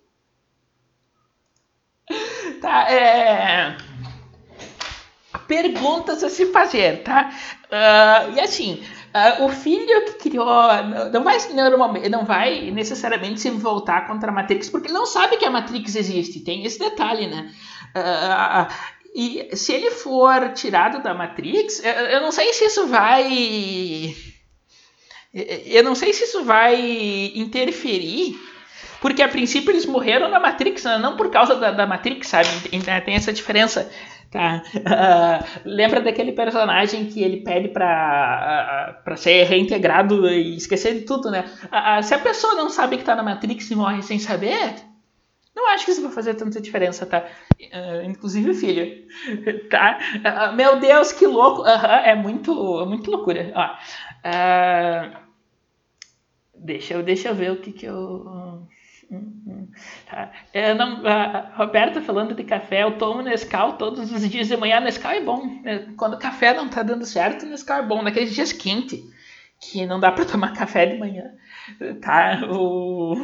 Tá? É... Perguntas a se fazer, tá? Uh, e assim, uh, o filho que criou não vai, normalmente, não vai necessariamente se voltar contra a Matrix, porque ele não sabe que a Matrix existe. Tem esse detalhe, né? Uh, E se ele for tirado da Matrix, eu não sei se isso vai... Eu não sei se isso vai interferir, porque a princípio eles morreram na Matrix, não por causa da, da Matrix, sabe? Tem essa diferença. Tá? Uh, lembra daquele personagem que ele pede para uh, ser reintegrado e esquecer de tudo, né? Uh, se a pessoa não sabe que está na Matrix e morre sem saber... Não acho que isso vai fazer tanta diferença, tá? Uh, inclusive o filho, tá? Uh, meu Deus, que louco! Uh-huh, é muito, é muito loucura. Ó, uh, deixa, eu, deixa eu ver o que que eu... Uh, uh, tá. eu não, uh, Roberta falando de café, eu tomo Nescau todos os dias de manhã. Nescau é bom. Quando o café não tá dando certo, Nescau é bom. Naqueles dias quentes, que não dá pra tomar café de manhã, tá? O...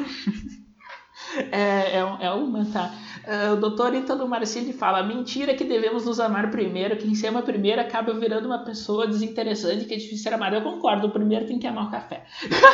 É, é, é uma, tá? Uh, o doutor Ítalo Marcilli fala: mentira que devemos nos amar primeiro. Quem se ama primeiro acaba virando uma pessoa desinteressante que é difícil ser amada. Eu concordo, o primeiro tem que amar o café.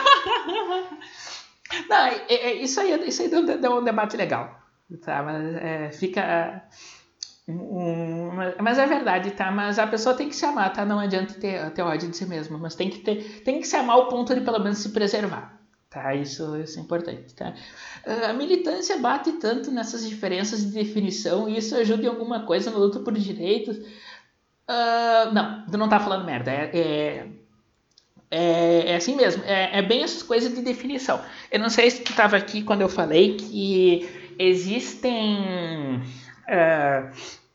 Não, é, é, isso aí, isso aí deu, deu um debate legal, tá? Mas é, fica. Um, mas é verdade, tá? Mas a pessoa tem que se amar, tá? Não adianta ter, ter ódio de si mesma, mas tem que, ter, tem que se amar ao ponto de pelo menos se preservar. Tá, isso, isso é importante, tá? A militância bate tanto nessas diferenças de definição e isso ajuda em alguma coisa na luta por direitos? Uh, não, tu não tá falando merda. É, é, é, é assim mesmo. É, é bem essas coisas de definição. Eu não sei se tu tava aqui quando eu falei que existem... Uh,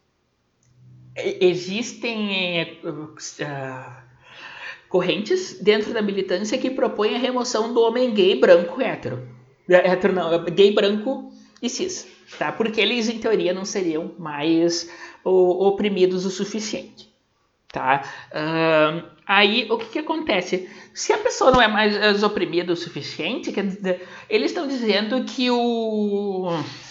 existem... Uh, correntes dentro da militância que propõem a remoção do homem gay, branco, hétero. Hétero não, gay, branco e cis. Tá? Porque eles, em teoria, não seriam mais o, oprimidos o suficiente. Tá? Uh, aí, o que, que acontece? Se a pessoa não é mais oprimida o suficiente, quer dizer, eles estão dizendo que, o,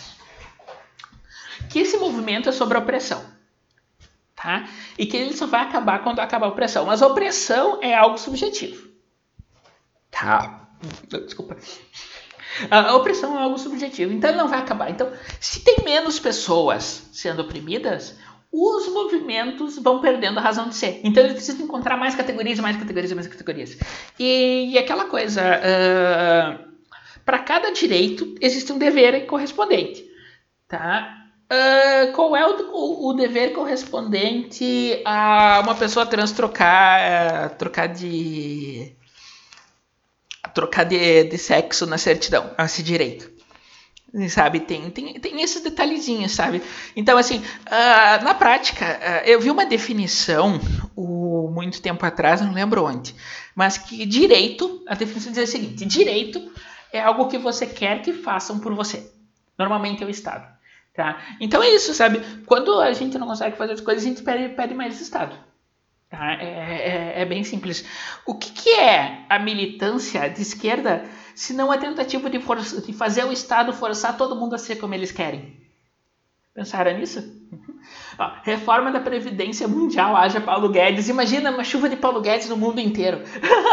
que esse movimento é sobre a opressão. Tá? E que ele só vai acabar quando acabar a opressão. Mas a opressão é algo subjetivo. Tá? Desculpa. A opressão é algo subjetivo. Então ele não vai acabar. Então, se tem menos pessoas sendo oprimidas, os movimentos vão perdendo a razão de ser. Então eles precisam encontrar mais categorias, mais categorias, mais categorias. E, e aquela coisa... Uh, para cada direito existe um dever correspondente. Tá? Uh, qual é o, o, o dever correspondente a uma pessoa trans trocar, uh, trocar de trocar de, de sexo na certidão, esse direito, sabe? Tem, tem, tem esses detalhezinhos, sabe? Então, assim, uh, na prática, uh, eu vi uma definição uh, muito tempo atrás, não lembro onde, mas que direito, a definição diz o seguinte: direito é algo que você quer que façam por você. Normalmente é o Estado. Tá? Então é isso, sabe? Quando a gente não consegue fazer as coisas, a gente pede, pede mais Estado. Tá? É, é, é bem simples. O que, que é a militância de esquerda se não a tentativa de, força, de fazer o Estado forçar todo mundo a ser como eles querem? Pensaram nisso? Ó, reforma da Previdência Mundial, haja Paulo Guedes. Imagina uma chuva de Paulo Guedes no mundo inteiro.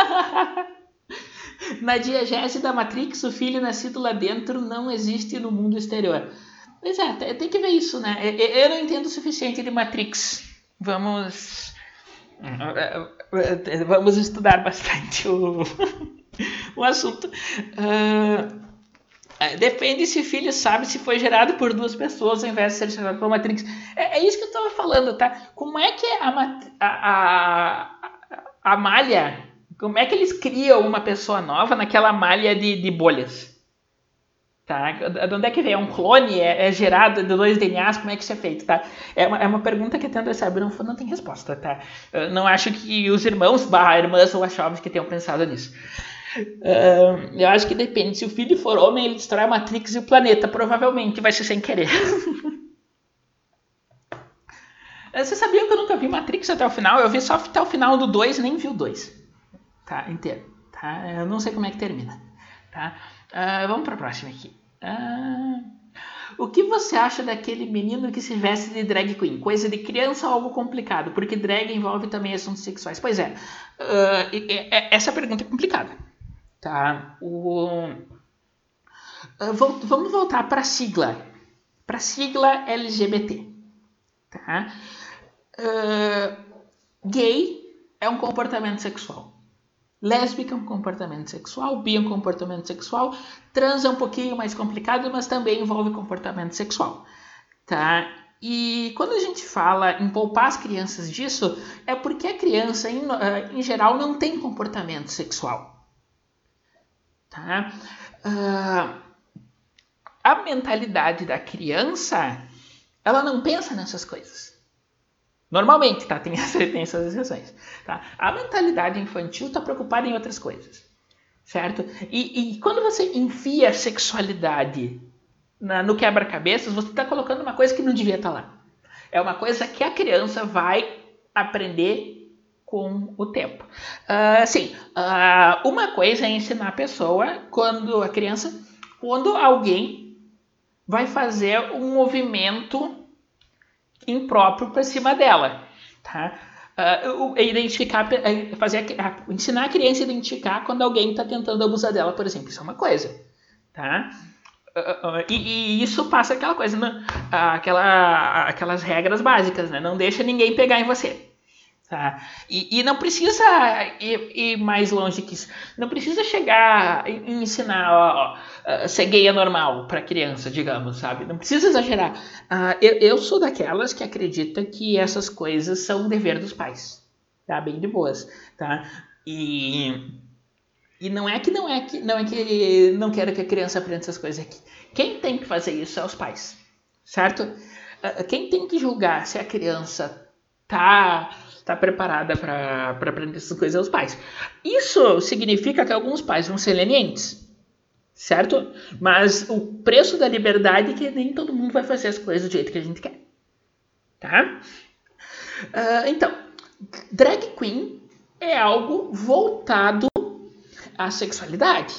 Na diegese da Matrix, o filho nascido lá dentro não existe no mundo exterior. Pois é, tem que ver isso, né? Eu não entendo o suficiente de Matrix. Vamos... Vamos estudar bastante o, o assunto. Uh, depende se o filho sabe se foi gerado por duas pessoas ao invés de ser gerado por Matrix. É, é isso que eu estava falando, tá? Como é que a, a, a, a malha Como é que eles criam uma pessoa nova naquela malha de, de bolhas? Tá? De onde é que vem? É um clone? É, é gerado de dois D N As? Como é que isso é feito? Tá? É, uma, é uma pergunta que eu tento saber, não, não tem resposta. Tá? Eu não acho que os irmãos barra irmãs ou Wachowski tenham pensado nisso. Uh, eu acho que depende. Se o filho for homem, ele destrói a Matrix e o planeta. Provavelmente vai ser sem querer. Vocês sabiam que eu nunca vi Matrix até o final? Eu vi só até o final do dois, nem vi o dois. Tá, inteiro. Tá? Eu não sei como é que termina. Tá? Uh, vamos para a próxima aqui. Uh, o que você acha daquele menino que se veste de drag queen? Coisa de criança ou algo complicado? Porque drag envolve também assuntos sexuais. Pois é, uh, e, e, essa pergunta é complicada. Tá? O, uh, vou, vamos voltar para a sigla. Para a sigla L G B T. Tá? Uh, gay é um comportamento sexual. Lésbica é um comportamento sexual, bi é um comportamento sexual, trans é um pouquinho mais complicado, mas também envolve comportamento sexual, tá? E quando a gente fala em poupar as crianças disso, é porque a criança, em, em geral, não tem comportamento sexual, tá? Uh, a mentalidade da criança, ela não pensa nessas coisas. Normalmente, tá? Tem, tem essas exceções. Tá? A mentalidade infantil está preocupada em outras coisas. Certo? E, e quando você enfia a sexualidade na, no quebra-cabeças, você está colocando uma coisa que não devia estar lá. É uma coisa que a criança vai aprender com o tempo. Uh, sim, uh, uma coisa é ensinar a pessoa, quando a criança, quando alguém vai fazer um movimento impróprio para cima dela, tá? Uh, identificar, fazer, a, ensinar a criança a identificar quando alguém está tentando abusar dela, por exemplo, isso é uma coisa, tá? Uh, uh, e, e isso passa aquela coisa, né? Aquela, aquelas regras básicas, né? Não deixa ninguém pegar em você. Tá? E, e não precisa ir, ir mais longe que isso. Não precisa chegar e ensinar ó, ó, ser gay é normal para criança, digamos, sabe? Não precisa exagerar. Uh, eu, eu sou daquelas que acredita que essas coisas são o dever dos pais, tá? Bem de boas, tá? E, e não é que não é que não é que não quero que a criança aprenda essas coisas aqui. Quem tem que fazer isso é os pais, certo? Uh, quem tem que julgar se a criança tá está preparada para aprender essas coisas aos pais. Isso significa que alguns pais vão ser lenientes, certo? Mas o preço da liberdade é que nem todo mundo vai fazer as coisas do jeito que a gente quer, tá? Uh, então, drag queen é algo voltado à sexualidade,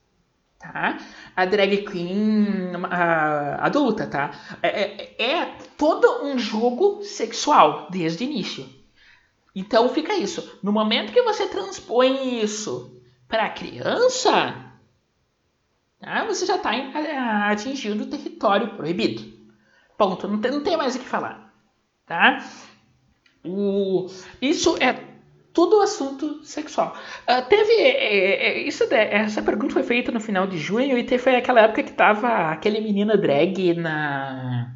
tá? A drag queen a, adulta, tá? É, é, é todo um jogo sexual desde o início. Então fica isso. No momento que você transpõe isso para a criança, tá, você já está atingindo o território proibido. Ponto. Não tem, não tem mais o que falar. Tá? O, isso é tudo assunto sexual. Uh, teve. É, é, isso, essa pergunta foi feita no final de junho e teve, foi aquela época que tava aquele menino drag na.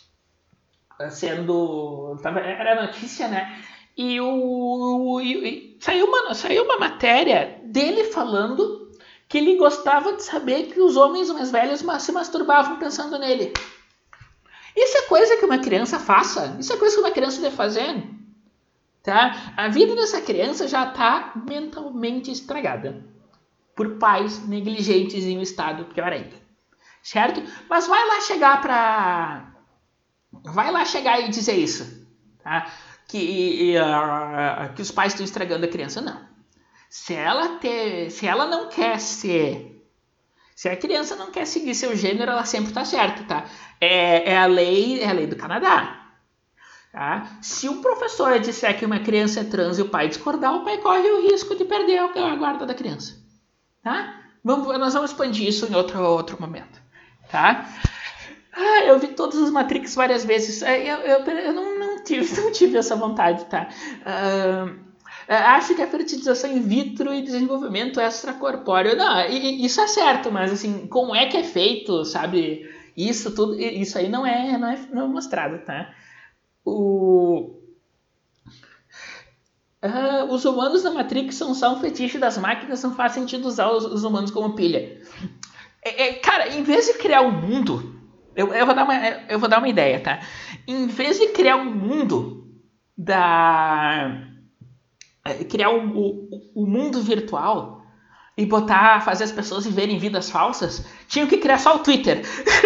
Sendo. Tava, era notícia, né? E, o, e, e saiu, uma, saiu uma matéria dele falando que ele gostava de saber que os homens mais velhos se masturbavam pensando nele. Isso é coisa que uma criança faça. Isso é coisa que uma criança deve fazer. Tá? A vida dessa criança já está mentalmente estragada por pais negligentes em um estado pior ainda. Certo? Mas vai lá chegar para... Vai lá chegar e dizer isso. Tá? Que, uh, que os pais estão estragando a criança. Não. Se ela, ter, se ela não quer ser... Se a criança não quer seguir seu gênero, ela sempre está certa, tá? É, é, a lei, é a lei do Canadá. Tá? Se o professor disser que uma criança é trans e o pai discordar, o pai corre o risco de perder a guarda da criança. Tá? Vamos, nós vamos expandir isso em outro, outro momento. Tá? Ah, eu vi todas as Matrix várias vezes. Eu, eu, eu não, não, tive, não tive essa vontade, tá? Uh, acho que a fertilização in vitro e desenvolvimento extracorpóreo, não, isso é certo, mas assim, como é que é feito, sabe? Isso tudo, isso aí não é, não é, não é mostrado, tá? O... Uh, os humanos na Matrix são só um fetiche das máquinas, não faz sentido usar os, os humanos como pilha. É, é, cara, em vez de criar um mundo, eu, eu, vou dar uma, eu vou dar uma ideia, tá? Em vez de criar um mundo da... criar o, o, o mundo virtual e botar, fazer as pessoas viverem vidas falsas, tinham que criar só o Twitter.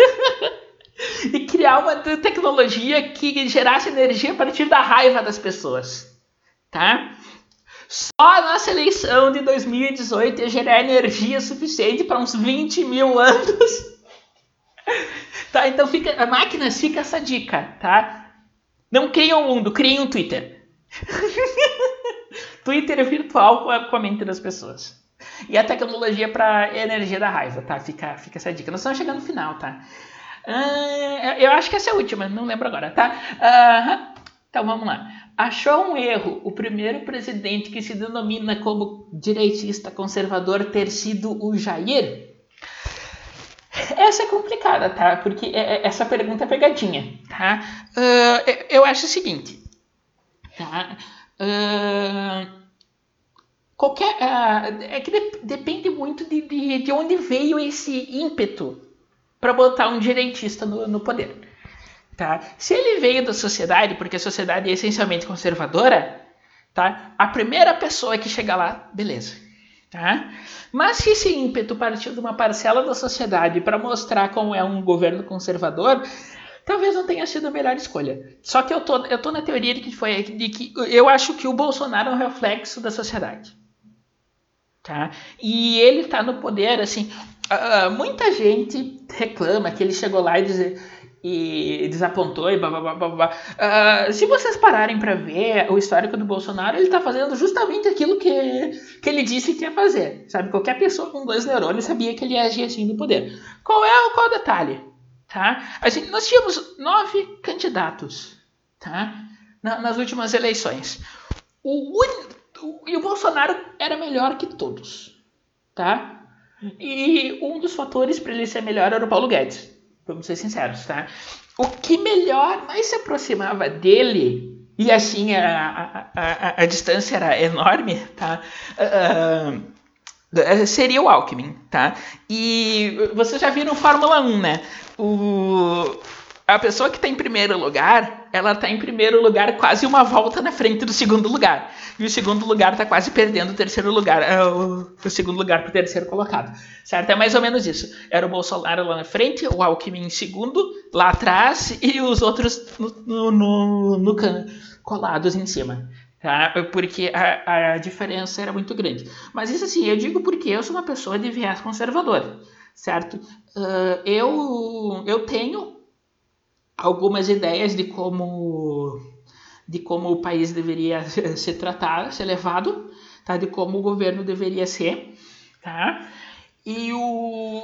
E criar uma tecnologia que gerasse energia a partir da raiva das pessoas. Tá? Só a nossa eleição de dois mil e dezoito ia gerar energia suficiente para uns vinte mil anos. Tá? Então fica, a máquinas fica essa dica, tá? Não criem um mundo, criem um Twitter. Twitter é virtual com a, com a mente das pessoas. E a tecnologia para energia da raiva, tá? Fica, fica essa dica. Nós estamos chegando no final, tá? Uh, eu acho que essa é a última, não lembro agora, tá? Uh, então vamos lá. Achou um erro o primeiro presidente que se denomina como direitista conservador ter sido o Jair? Essa é complicada, tá? Porque essa pergunta é pegadinha, tá? Uh, eu acho o seguinte, tá? Uh, qualquer, uh, é que de, depende muito de, de, de onde veio esse ímpeto para botar um direitista no, no poder. Tá? Se ele veio da sociedade, porque a sociedade é essencialmente conservadora, tá? A primeira pessoa que chega lá, beleza. Tá? Mas se esse ímpeto partiu de uma parcela da sociedade para mostrar como é um governo conservador, talvez não tenha sido a melhor escolha. Só que eu tô, eu tô na teoria de que, foi, de que eu acho que o Bolsonaro é um reflexo da sociedade. Tá? E ele tá no poder, assim, uh, muita gente reclama que ele chegou lá e dizer... e desapontou e blá blá blá blá blá. Uh, se vocês pararem para ver o histórico do Bolsonaro, ele está fazendo justamente aquilo que, que ele disse que ia fazer, sabe? Qualquer pessoa com dois neurônios sabia que ele ia agir assim no poder. Qual é o, qual é o detalhe? Tá? Assim, nós tínhamos nove candidatos, tá? Na, nas últimas eleições. O, o, e o Bolsonaro era melhor que todos, tá? E um dos fatores para ele ser melhor era o Paulo Guedes. Vamos ser sinceros, tá? O que melhor mais se aproximava dele, e assim a, a, a, a distância era enorme, tá? Uh, uh, seria o Alckmin, tá? E vocês já viram Fórmula um, né? O, a pessoa que está em primeiro lugar, ela está em primeiro lugar quase uma volta na frente do segundo lugar. E o segundo lugar está quase perdendo o terceiro lugar, o, o segundo lugar para o terceiro colocado. Certo? É mais ou menos isso. Era o Bolsonaro lá na frente, o Alckmin em segundo, lá atrás, e os outros no, no, no, no can, colados em cima. Tá? Porque a, a diferença era muito grande. Mas isso assim, eu digo porque eu sou uma pessoa de viés conservador. Certo? Uh, eu, eu tenho algumas ideias de como, de como o país deveria ser tratado, ser levado, tá? De como o governo deveria ser, tá? E o,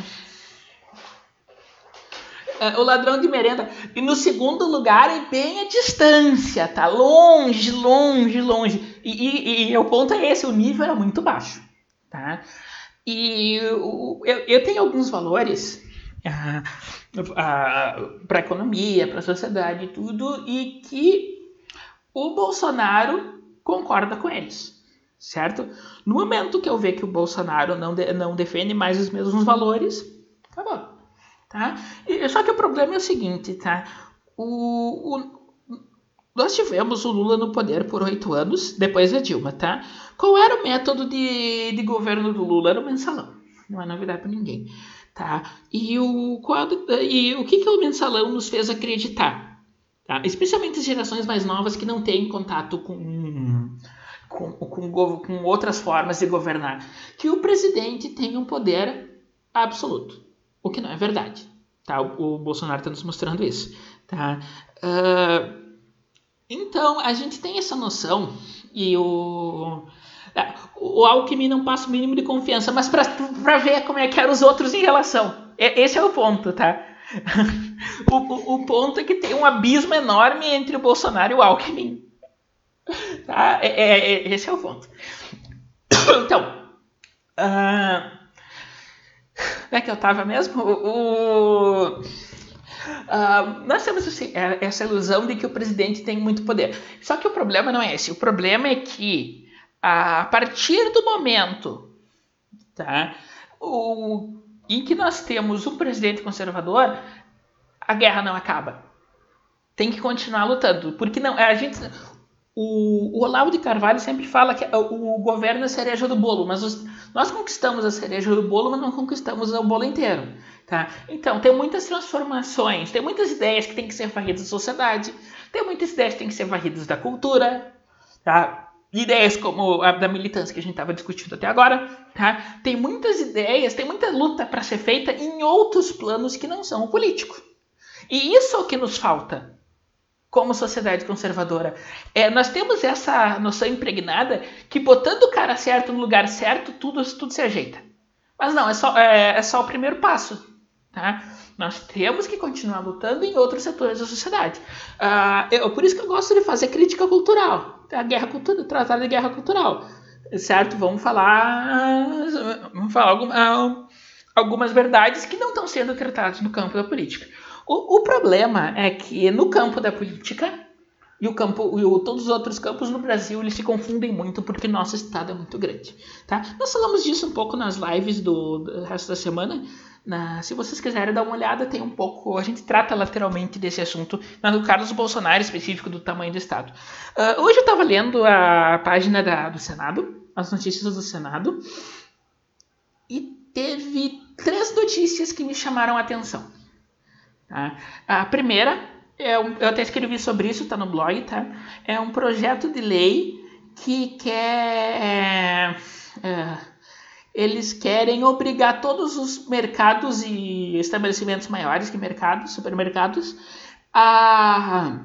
o ladrão de merenda, e no segundo lugar é bem a distância, tá? Longe, longe, longe. E, e, e o ponto é esse, o nível era muito baixo, tá? E eu, eu tenho alguns valores uh, uh, para a economia, para a sociedade e tudo, e que o Bolsonaro concorda com eles, certo? No momento que eu ver que o Bolsonaro não, de, não defende mais os mesmos valores, acabou, tá? E, só que o problema é o seguinte, tá? O, o, nós tivemos o Lula no poder por oito anos, depois a Dilma, tá? Qual era o método de, de governo do Lula? Era o mensalão. Não é novidade para ninguém, tá? E o, quadro, e o que, que o mensalão nos fez acreditar? Tá? Especialmente as gerações mais novas que não têm contato com, com, com, com outras formas de governar. Que o presidente tem um poder absoluto. O que não é verdade. Tá? O, o Bolsonaro está nos mostrando isso. Tá? Uh, Então, a gente tem essa noção e o, o Alckmin não passa o mínimo de confiança, mas para ver como é que eram os outros em relação. Esse é o ponto, tá? O, o, o ponto é que tem um abismo enorme entre o Bolsonaro e o Alckmin. Tá? É, é, esse é o ponto. Então, uh, onde é que eu tava mesmo? O... Uh, nós temos assim, essa ilusão de que o presidente tem muito poder. Só que o problema não é esse. O problema é que, a partir do momento, tá, o, em que nós temos um presidente conservador, a guerra não acaba. Tem que continuar lutando. Porque não, a gente... O, o Olavo de Carvalho sempre fala que o, o governo é a cereja do bolo, mas os, nós conquistamos a cereja do bolo, mas não conquistamos o bolo inteiro. Tá? Então, tem muitas transformações, tem muitas ideias que têm que ser varridas da sociedade, tem muitas ideias que têm que ser varridas da cultura, tá? Ideias como a da militância que a gente estava discutindo até agora. Tá? Tem muitas ideias, tem muita luta para ser feita em outros planos que não são o político. E isso é o que nos falta como sociedade conservadora. É, nós temos essa noção impregnada que botando o cara certo no lugar certo, tudo, tudo se ajeita. Mas não, é só, é, é só o primeiro passo. Tá? Nós temos que continuar lutando em outros setores da sociedade. Uh, eu, por isso que eu gosto de fazer crítica cultural. A guerra cultural, tratar de guerra cultural. Certo? Vamos falar, vamos falar alguma, algumas verdades que não estão sendo tratadas no campo da política. O, o problema é que no campo da política e o campo e o, todos os outros campos no Brasil eles se confundem muito porque nosso estado é muito grande. Tá? Nós falamos disso um pouco nas lives do, do resto da semana. Na, se vocês quiserem dar uma olhada, tem um pouco. A gente trata lateralmente desse assunto, mas no Carlos Bolsonaro específico do tamanho do estado. Uh, hoje eu estava lendo a página da, do Senado, as notícias do Senado, e teve três notícias que me chamaram a atenção. Tá? A primeira, é um, eu até escrevi sobre isso, está no blog, tá? É um projeto de lei que quer... É, é, eles querem obrigar todos os mercados e estabelecimentos maiores que mercados, supermercados, a,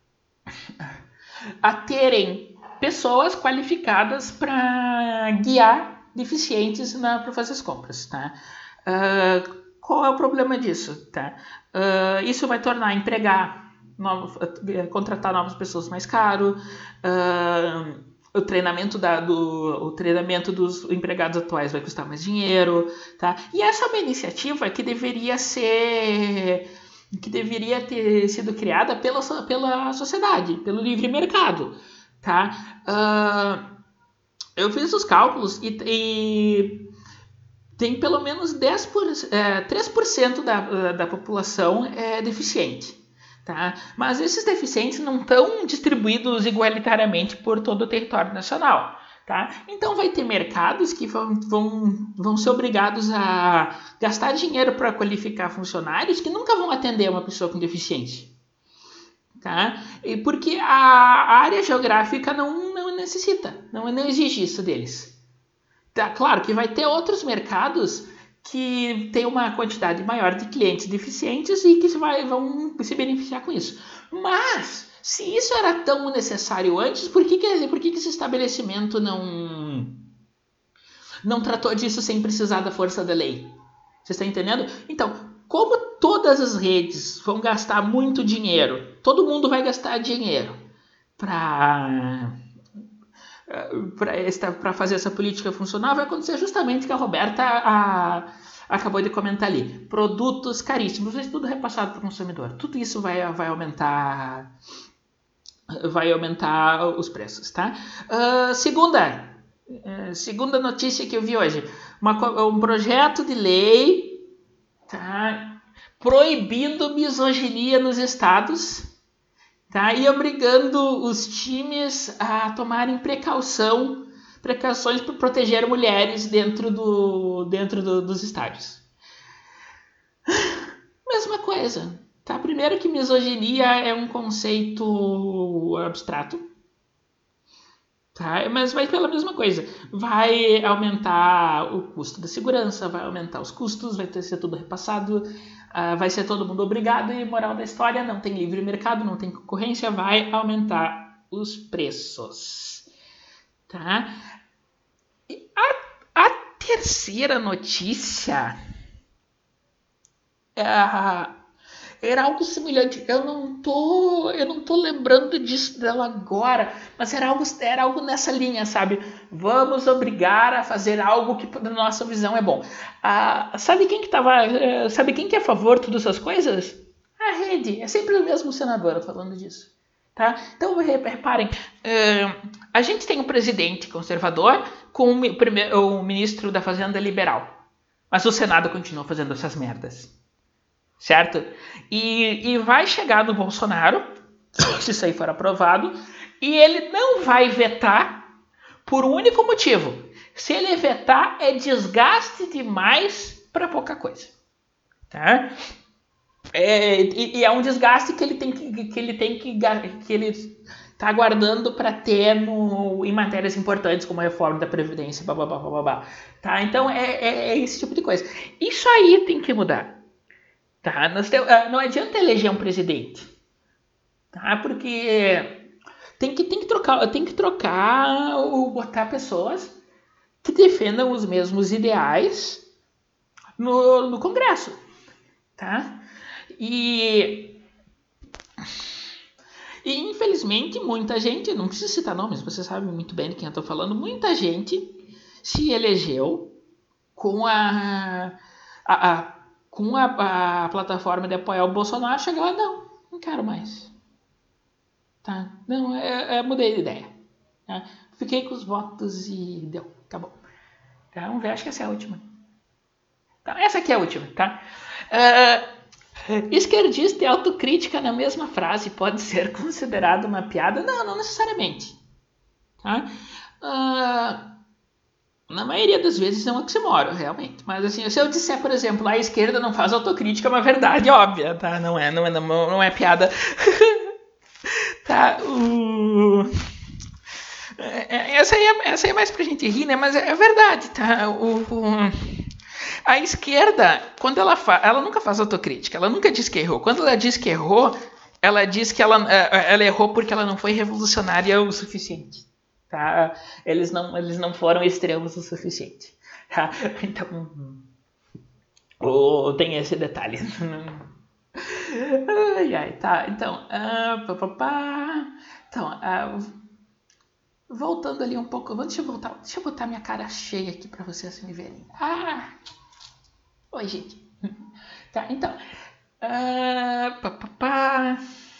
a terem pessoas qualificadas para guiar deficientes para fazer as compras. Tá? Uh, qual é o problema disso? Tá? Uh, isso vai tornar empregar, novo, contratar novas pessoas mais caro, uh, o treinamento, da, do, o treinamento dos empregados atuais vai custar mais dinheiro. Tá? E essa é uma iniciativa que deveria ser, que deveria ter sido criada pela, pela sociedade, pelo livre mercado. Tá? Uh, eu fiz os cálculos e... e tem pelo menos dez por cento, é, três por cento da, da população é deficiente. Tá? Mas esses deficientes não estão distribuídos igualitariamente por todo o território nacional. Tá? Então vai ter mercados que vão, vão, vão ser obrigados a gastar dinheiro para qualificar funcionários que nunca vão atender uma pessoa com deficiência. Tá? E porque a área geográfica não, não necessita, não, não exige isso deles. Tá, claro que vai ter outros mercados que tem uma quantidade maior de clientes deficientes e que vai, vão se beneficiar com isso. Mas, se isso era tão necessário antes, por que, que, por que, que esse estabelecimento não, não tratou disso sem precisar da força da lei? Você está entendendo? Então, como todas as redes vão gastar muito dinheiro, todo mundo vai gastar dinheiro para... para fazer essa política funcionar, vai acontecer justamente o que a Roberta a, acabou de comentar ali. Produtos caríssimos, vai ser tudo repassado para o consumidor. Tudo isso vai, vai aumentar vai aumentar os preços. Tá? Uh, segunda, uh, segunda notícia que eu vi hoje. Uma, um projeto de lei, tá, proibindo misoginia nos estados. Tá? E obrigando os times a tomarem precaução, precauções para proteger mulheres dentro, do, dentro do, dos estádios. Mesma coisa. Tá? Primeiro que misoginia é um conceito abstrato. Tá? Mas vai pela mesma coisa. Vai aumentar o custo da segurança, vai aumentar os custos, vai ter, ser tudo repassado. Uh, vai ser todo mundo obrigado e moral da história, não tem livre mercado, não tem concorrência, vai aumentar os preços. Tá? E a, a terceira notícia uh, era algo semelhante. Eu não tô, eu não tô lembrando disso dela agora, mas era algo, era algo nessa linha, sabe? Vamos obrigar a fazer algo que na nossa visão é bom. Ah, sabe quem que tava, sabe quem que é a favor de todas essas coisas? a rede. É sempre o mesmo senador falando disso. Tá? Então, reparem, uh, a gente tem um presidente conservador com o, primeiro, o ministro da Fazenda liberal. Mas o Senado continua fazendo essas merdas. Certo? E, e vai chegar no Bolsonaro, se isso aí for aprovado, e ele não vai vetar por um único motivo. Se ele vetar, é desgaste demais para pouca coisa. Tá? É, e, e é um desgaste que ele tem que, que ele tem que, que ele está guardando para ter no, em matérias importantes como a reforma da Previdência, blá, blá, blá, blá, blá. Tá? Então é, é, é esse tipo de coisa. Isso aí tem que mudar. Tá? Não adianta eleger um presidente. Tá? Porque tem que, tem que trocar, tem que trocar ou botar pessoas que defendam os mesmos ideais no, no Congresso. Tá? E, e infelizmente muita gente, não preciso citar nomes, você sabe muito bem de quem eu estou falando, muita gente se elegeu com a, a, a, com a, a plataforma de apoiar o Bolsonaro, chegou lá, não, não quero mais. Tá? Não, é, é, mudei de ideia. Tá? Fiquei com os votos e deu, acabou. Tá? Vamos ver, acho que essa é a última. Então, essa aqui é a última, tá? Uh, Esquerdista e autocrítica na mesma frase pode ser considerado uma piada? Não, não necessariamente. Tá? Uh, na maioria das vezes é um oxímoro, realmente. Mas assim, se eu disser, por exemplo, a esquerda não faz autocrítica, é uma verdade óbvia, tá? Não é, não é, não, não é piada. Tá? Uh, essa, aí é, essa aí é mais pra gente rir, né? Mas é, é verdade, tá? O... Uh, A esquerda, quando ela faz, ela nunca faz autocrítica, ela nunca diz que errou. Quando ela diz que errou, ela diz que ela, ela errou porque ela não foi revolucionária o suficiente. Tá? Eles, não, eles não foram extremos o suficiente. Tá? Então, oh, tem esse detalhe. Ai, ai, tá. Então, uh, pá, pá, pá. Então uh, voltando ali um pouco, deixa eu voltar, deixa eu botar minha cara cheia aqui para vocês me verem. Ah! Oi, gente. Tá, então. Uh, pá, pá, pá.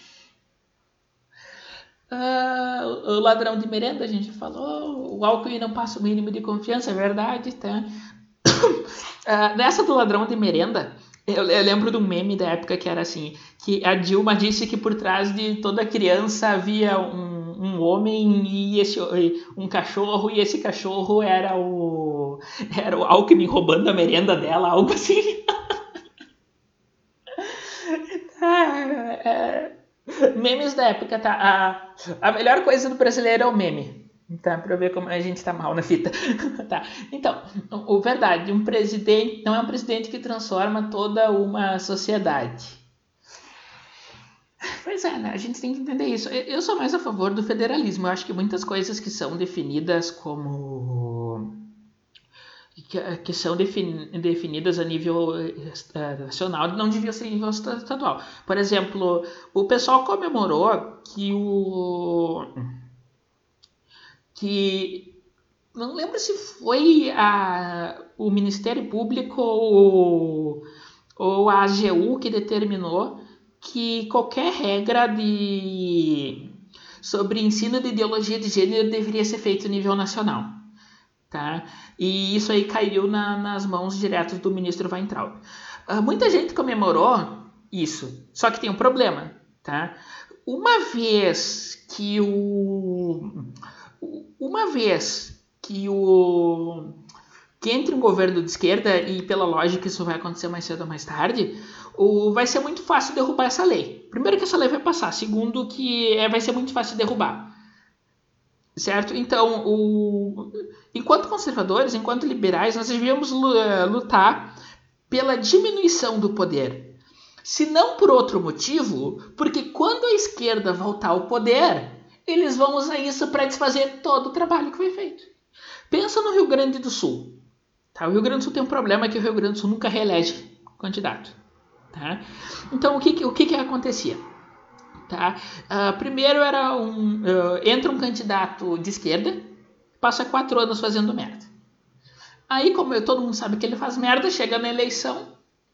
Uh, o ladrão de merenda, a gente falou. O álcool não passa o mínimo de confiança, é verdade, tá? Uh, nessa do ladrão de merenda, eu, eu lembro de um meme da época que era assim, que a Dilma disse que por trás de toda criança havia um, um homem e esse, um cachorro, e esse cachorro era o era o Alckmin roubando a merenda dela, algo assim. ah, é, memes da época, tá? A, a melhor coisa do brasileiro é o meme. Tá, pra ver como a gente tá mal na fita. Tá. Então, o verdade, um presidente não é um presidente que transforma toda uma sociedade. Pois é, né? A gente tem que entender isso. Eu sou mais a favor do federalismo. Eu acho que muitas coisas que são definidas como que, que são defini, definidas a nível uh, nacional não deviam ser a nível estadual. Por exemplo, o pessoal comemorou que o que não lembro se foi a, o Ministério Público ou, ou a A G U que determinou que qualquer regra de, sobre ensino de ideologia de gênero deveria ser feito a nível nacional. Tá? E isso aí caiu na, nas mãos diretas do ministro Weintraub. Uh, muita gente comemorou isso, só que tem um problema. Tá? Uma vez que o... Uma vez que o que entre um governo de esquerda, e pela lógica isso vai acontecer mais cedo ou mais tarde, o, vai ser muito fácil derrubar essa lei. Primeiro que essa lei vai passar, segundo que é, vai ser muito fácil derrubar. Certo? Então, o, enquanto conservadores, enquanto liberais, nós devíamos lutar pela diminuição do poder. Se não por outro motivo, porque quando a esquerda voltar ao poder, eles vão usar isso para desfazer todo o trabalho que foi feito. Pensa no Rio Grande do Sul. Tá? O Rio Grande do Sul tem um problema que o Rio Grande do Sul nunca reelege candidato. Tá? Então, o que, o que, que acontecia? Tá? Uh, primeiro era um, uh, entra um candidato de esquerda, passa quatro anos fazendo merda. Aí, como todo mundo sabe que ele faz merda, chega na eleição,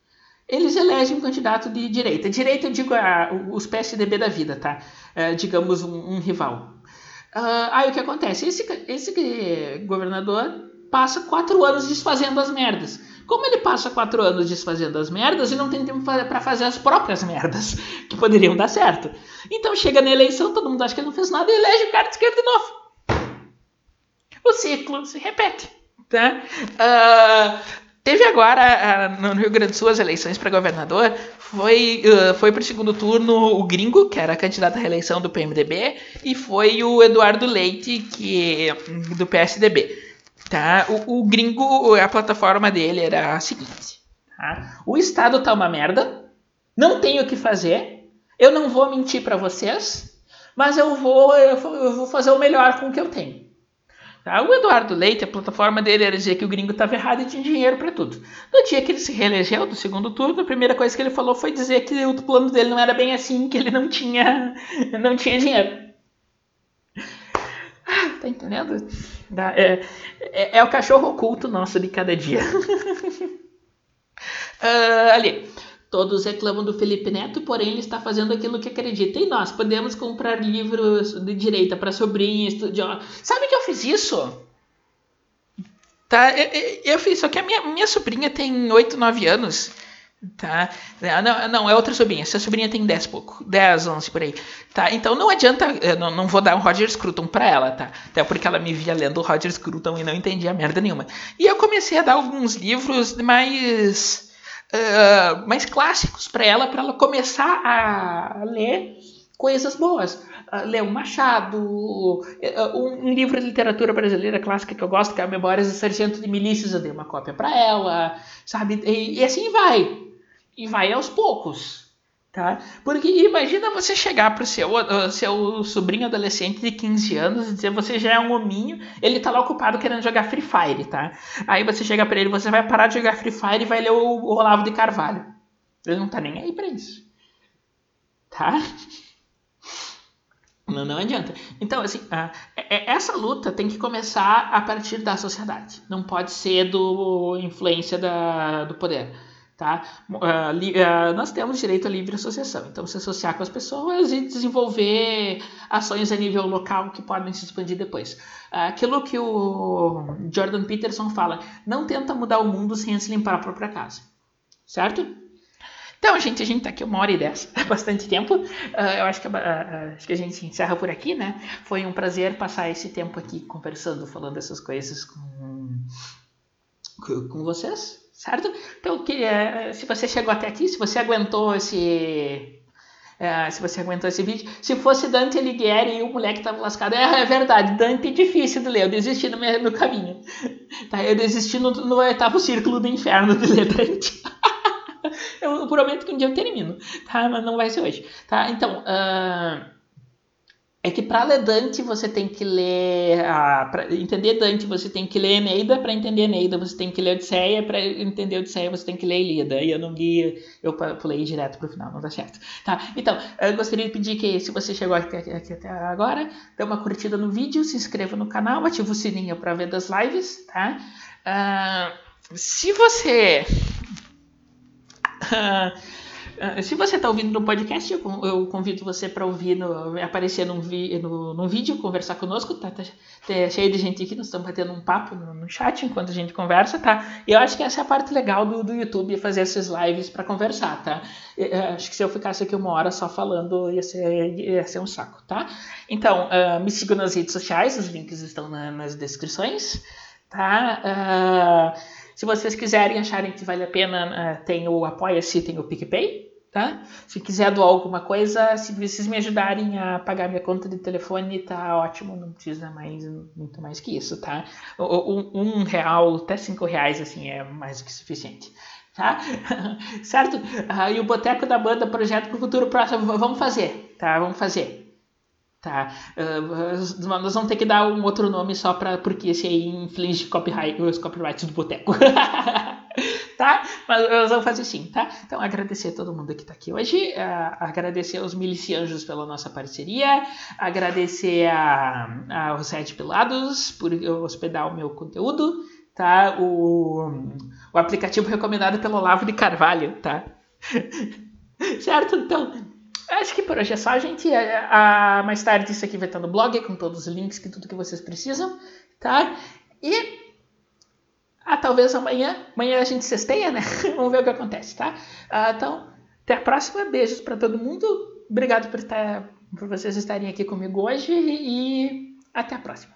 eles elegem um candidato de direita. Direita, eu digo a, os P S D B da vida, tá? É, digamos um, um rival. Uh, aí o que acontece? Esse, esse governador passa quatro anos desfazendo as merdas. Como ele passa quatro anos desfazendo as merdas, ele não tem tempo para fazer as próprias merdas que poderiam dar certo. Então chega na eleição, todo mundo acha que ele não fez nada e elege o cara de esquerda de novo. O ciclo se repete. Tá? Uh, teve agora, uh, no Rio Grande do Sul, as eleições para governador. Foi, uh, foi para o segundo turno o Gringo, que era candidato à reeleição do P M D B, e foi o Eduardo Leite, que, do P S D B. Tá? O, o Gringo, a plataforma dele era a seguinte. Tá? O Estado tá uma merda, não tenho o que fazer, eu não vou mentir para vocês, mas eu vou, eu vou, eu vou fazer o melhor com o que eu tenho. Tá? O Eduardo Leite, a plataforma dele era dizer que o gringo estava errado e tinha dinheiro para tudo. No dia que ele se reelegeu, do segundo turno, a primeira coisa que ele falou foi dizer que o plano dele não era bem assim, que ele não tinha, não tinha dinheiro. Tá entendendo? É, é, é o cachorro oculto nosso de cada dia. uh, ali. Todos reclamam do Felipe Neto, porém ele está fazendo aquilo que acredita. E nós podemos comprar livros de direita para sobrinha, estudiosa. Sabe que eu fiz isso? Tá? Eu, eu, eu fiz, só que a minha, minha sobrinha tem oito, nove anos. Tá? Não, não, é outra sobrinha. Essa sobrinha tem dez pouco. dez, onze por aí. Tá? Então não adianta, eu não, não vou dar um Roger Scruton pra ela, tá? Até porque ela me via lendo o Roger Scruton e não entendia merda nenhuma. E eu comecei a dar alguns livros mais, uh, mais clássicos pra ela, pra ela começar a ler coisas boas. Uh, ler um Machado, uh, um, um livro de literatura brasileira clássica que eu gosto, que é a Memórias do Sargento de Milícias, eu dei uma cópia pra ela, sabe? E, e assim vai. E vai aos poucos, tá? Porque imagina você chegar pro seu, uh, seu sobrinho adolescente de quinze anos e dizer você já é um hominho, ele tá lá ocupado querendo jogar Free Fire, tá? Aí você chega pra ele, você vai parar de jogar Free Fire e vai ler o, o Olavo de Carvalho. Ele não tá nem aí pra isso, tá? Não, não adianta. Então, assim, uh, essa luta tem que começar a partir da sociedade. Não pode ser do influência da, do poder. Tá? Uh, li, uh, nós temos direito à livre associação, então se associar com as pessoas e desenvolver ações a nível local que podem se expandir depois. Uh, aquilo que o Jordan Peterson fala, não tenta mudar o mundo sem antes limpar a própria casa, certo? Então, gente, a gente tá aqui uma hora e dez, é bastante tempo. Uh, eu acho que, uh, uh, acho que a gente encerra por aqui, né? Foi um prazer passar esse tempo aqui conversando, falando essas coisas com, com vocês. Certo? Então, que, é, se você chegou até aqui, se você aguentou esse, é, se você aguentou esse vídeo, se fosse Dante Alighieri e o moleque estava lascado, é, é verdade, Dante é difícil de ler, eu desisti no, meu, no caminho, tá? Eu desisti no, no oitavo círculo do inferno de ler Dante. Eu prometo que um dia eu termino, tá? Mas não vai ser hoje, tá? Então, uh... é que para ler Dante você tem que ler, ah, para entender Dante você tem que ler Eneida, para entender Eneida você tem que ler Odisseia, para entender Odisseia você tem que ler Ilíada, e eu não li, eu pulei direto pro final, não dá certo, tá? Então, eu gostaria de pedir que se você chegou aqui, aqui até agora, dê uma curtida no vídeo, se inscreva no canal, ativa o sininho para ver das lives, tá? Uh, se você... Uh, Uh, se você está ouvindo no podcast, eu, eu convido você para ouvir, no, aparecer num, vi, no, num vídeo, conversar conosco, tá, tá, tá cheio de gente aqui, nós estamos batendo um papo no, no chat enquanto a gente conversa, tá? E eu acho que essa é a parte legal do, do YouTube, fazer essas lives para conversar, tá? Eu, eu acho que se eu ficasse aqui uma hora só falando, ia ser, ia ser um saco, tá? Então, uh, me sigam nas redes sociais, os links estão na, nas descrições, tá? Uh, se vocês quiserem, acharem que vale a pena, uh, tem o Apoia-se, tem o PicPay, tá? Se quiser doar alguma coisa, se vocês me ajudarem a pagar minha conta de telefone, tá ótimo, não precisa mais, muito mais que isso, tá? Um, um real, até cinco reais, assim, é mais do que suficiente. Tá? Certo? Uh, e o Boteco da Banda, projeto para o futuro próximo, vamos fazer, tá? Vamos fazer. Tá, uh, nós vamos ter que dar um outro nome só pra, porque esse aí inflige copyright, os copyrights do Boteco. Tá? Mas nós vamos fazer sim, tá? Então agradecer a todo mundo que tá aqui hoje, uh, agradecer aos milicianjos pela nossa parceria, agradecer a, aos Sete Pilados por hospedar o meu conteúdo, tá? O, o aplicativo recomendado pelo Olavo de Carvalho, tá? Certo? Então, acho que por hoje é só, gente. A, a, mais tarde isso aqui vai estar no blog com todos os links, que tudo que vocês precisam, tá? E ah, talvez amanhã, amanhã a gente sexteia, né? Vamos ver o que acontece, tá? Ah, então, até a próxima. Beijos para todo mundo. Obrigado por, estar, por vocês estarem aqui comigo hoje e até a próxima.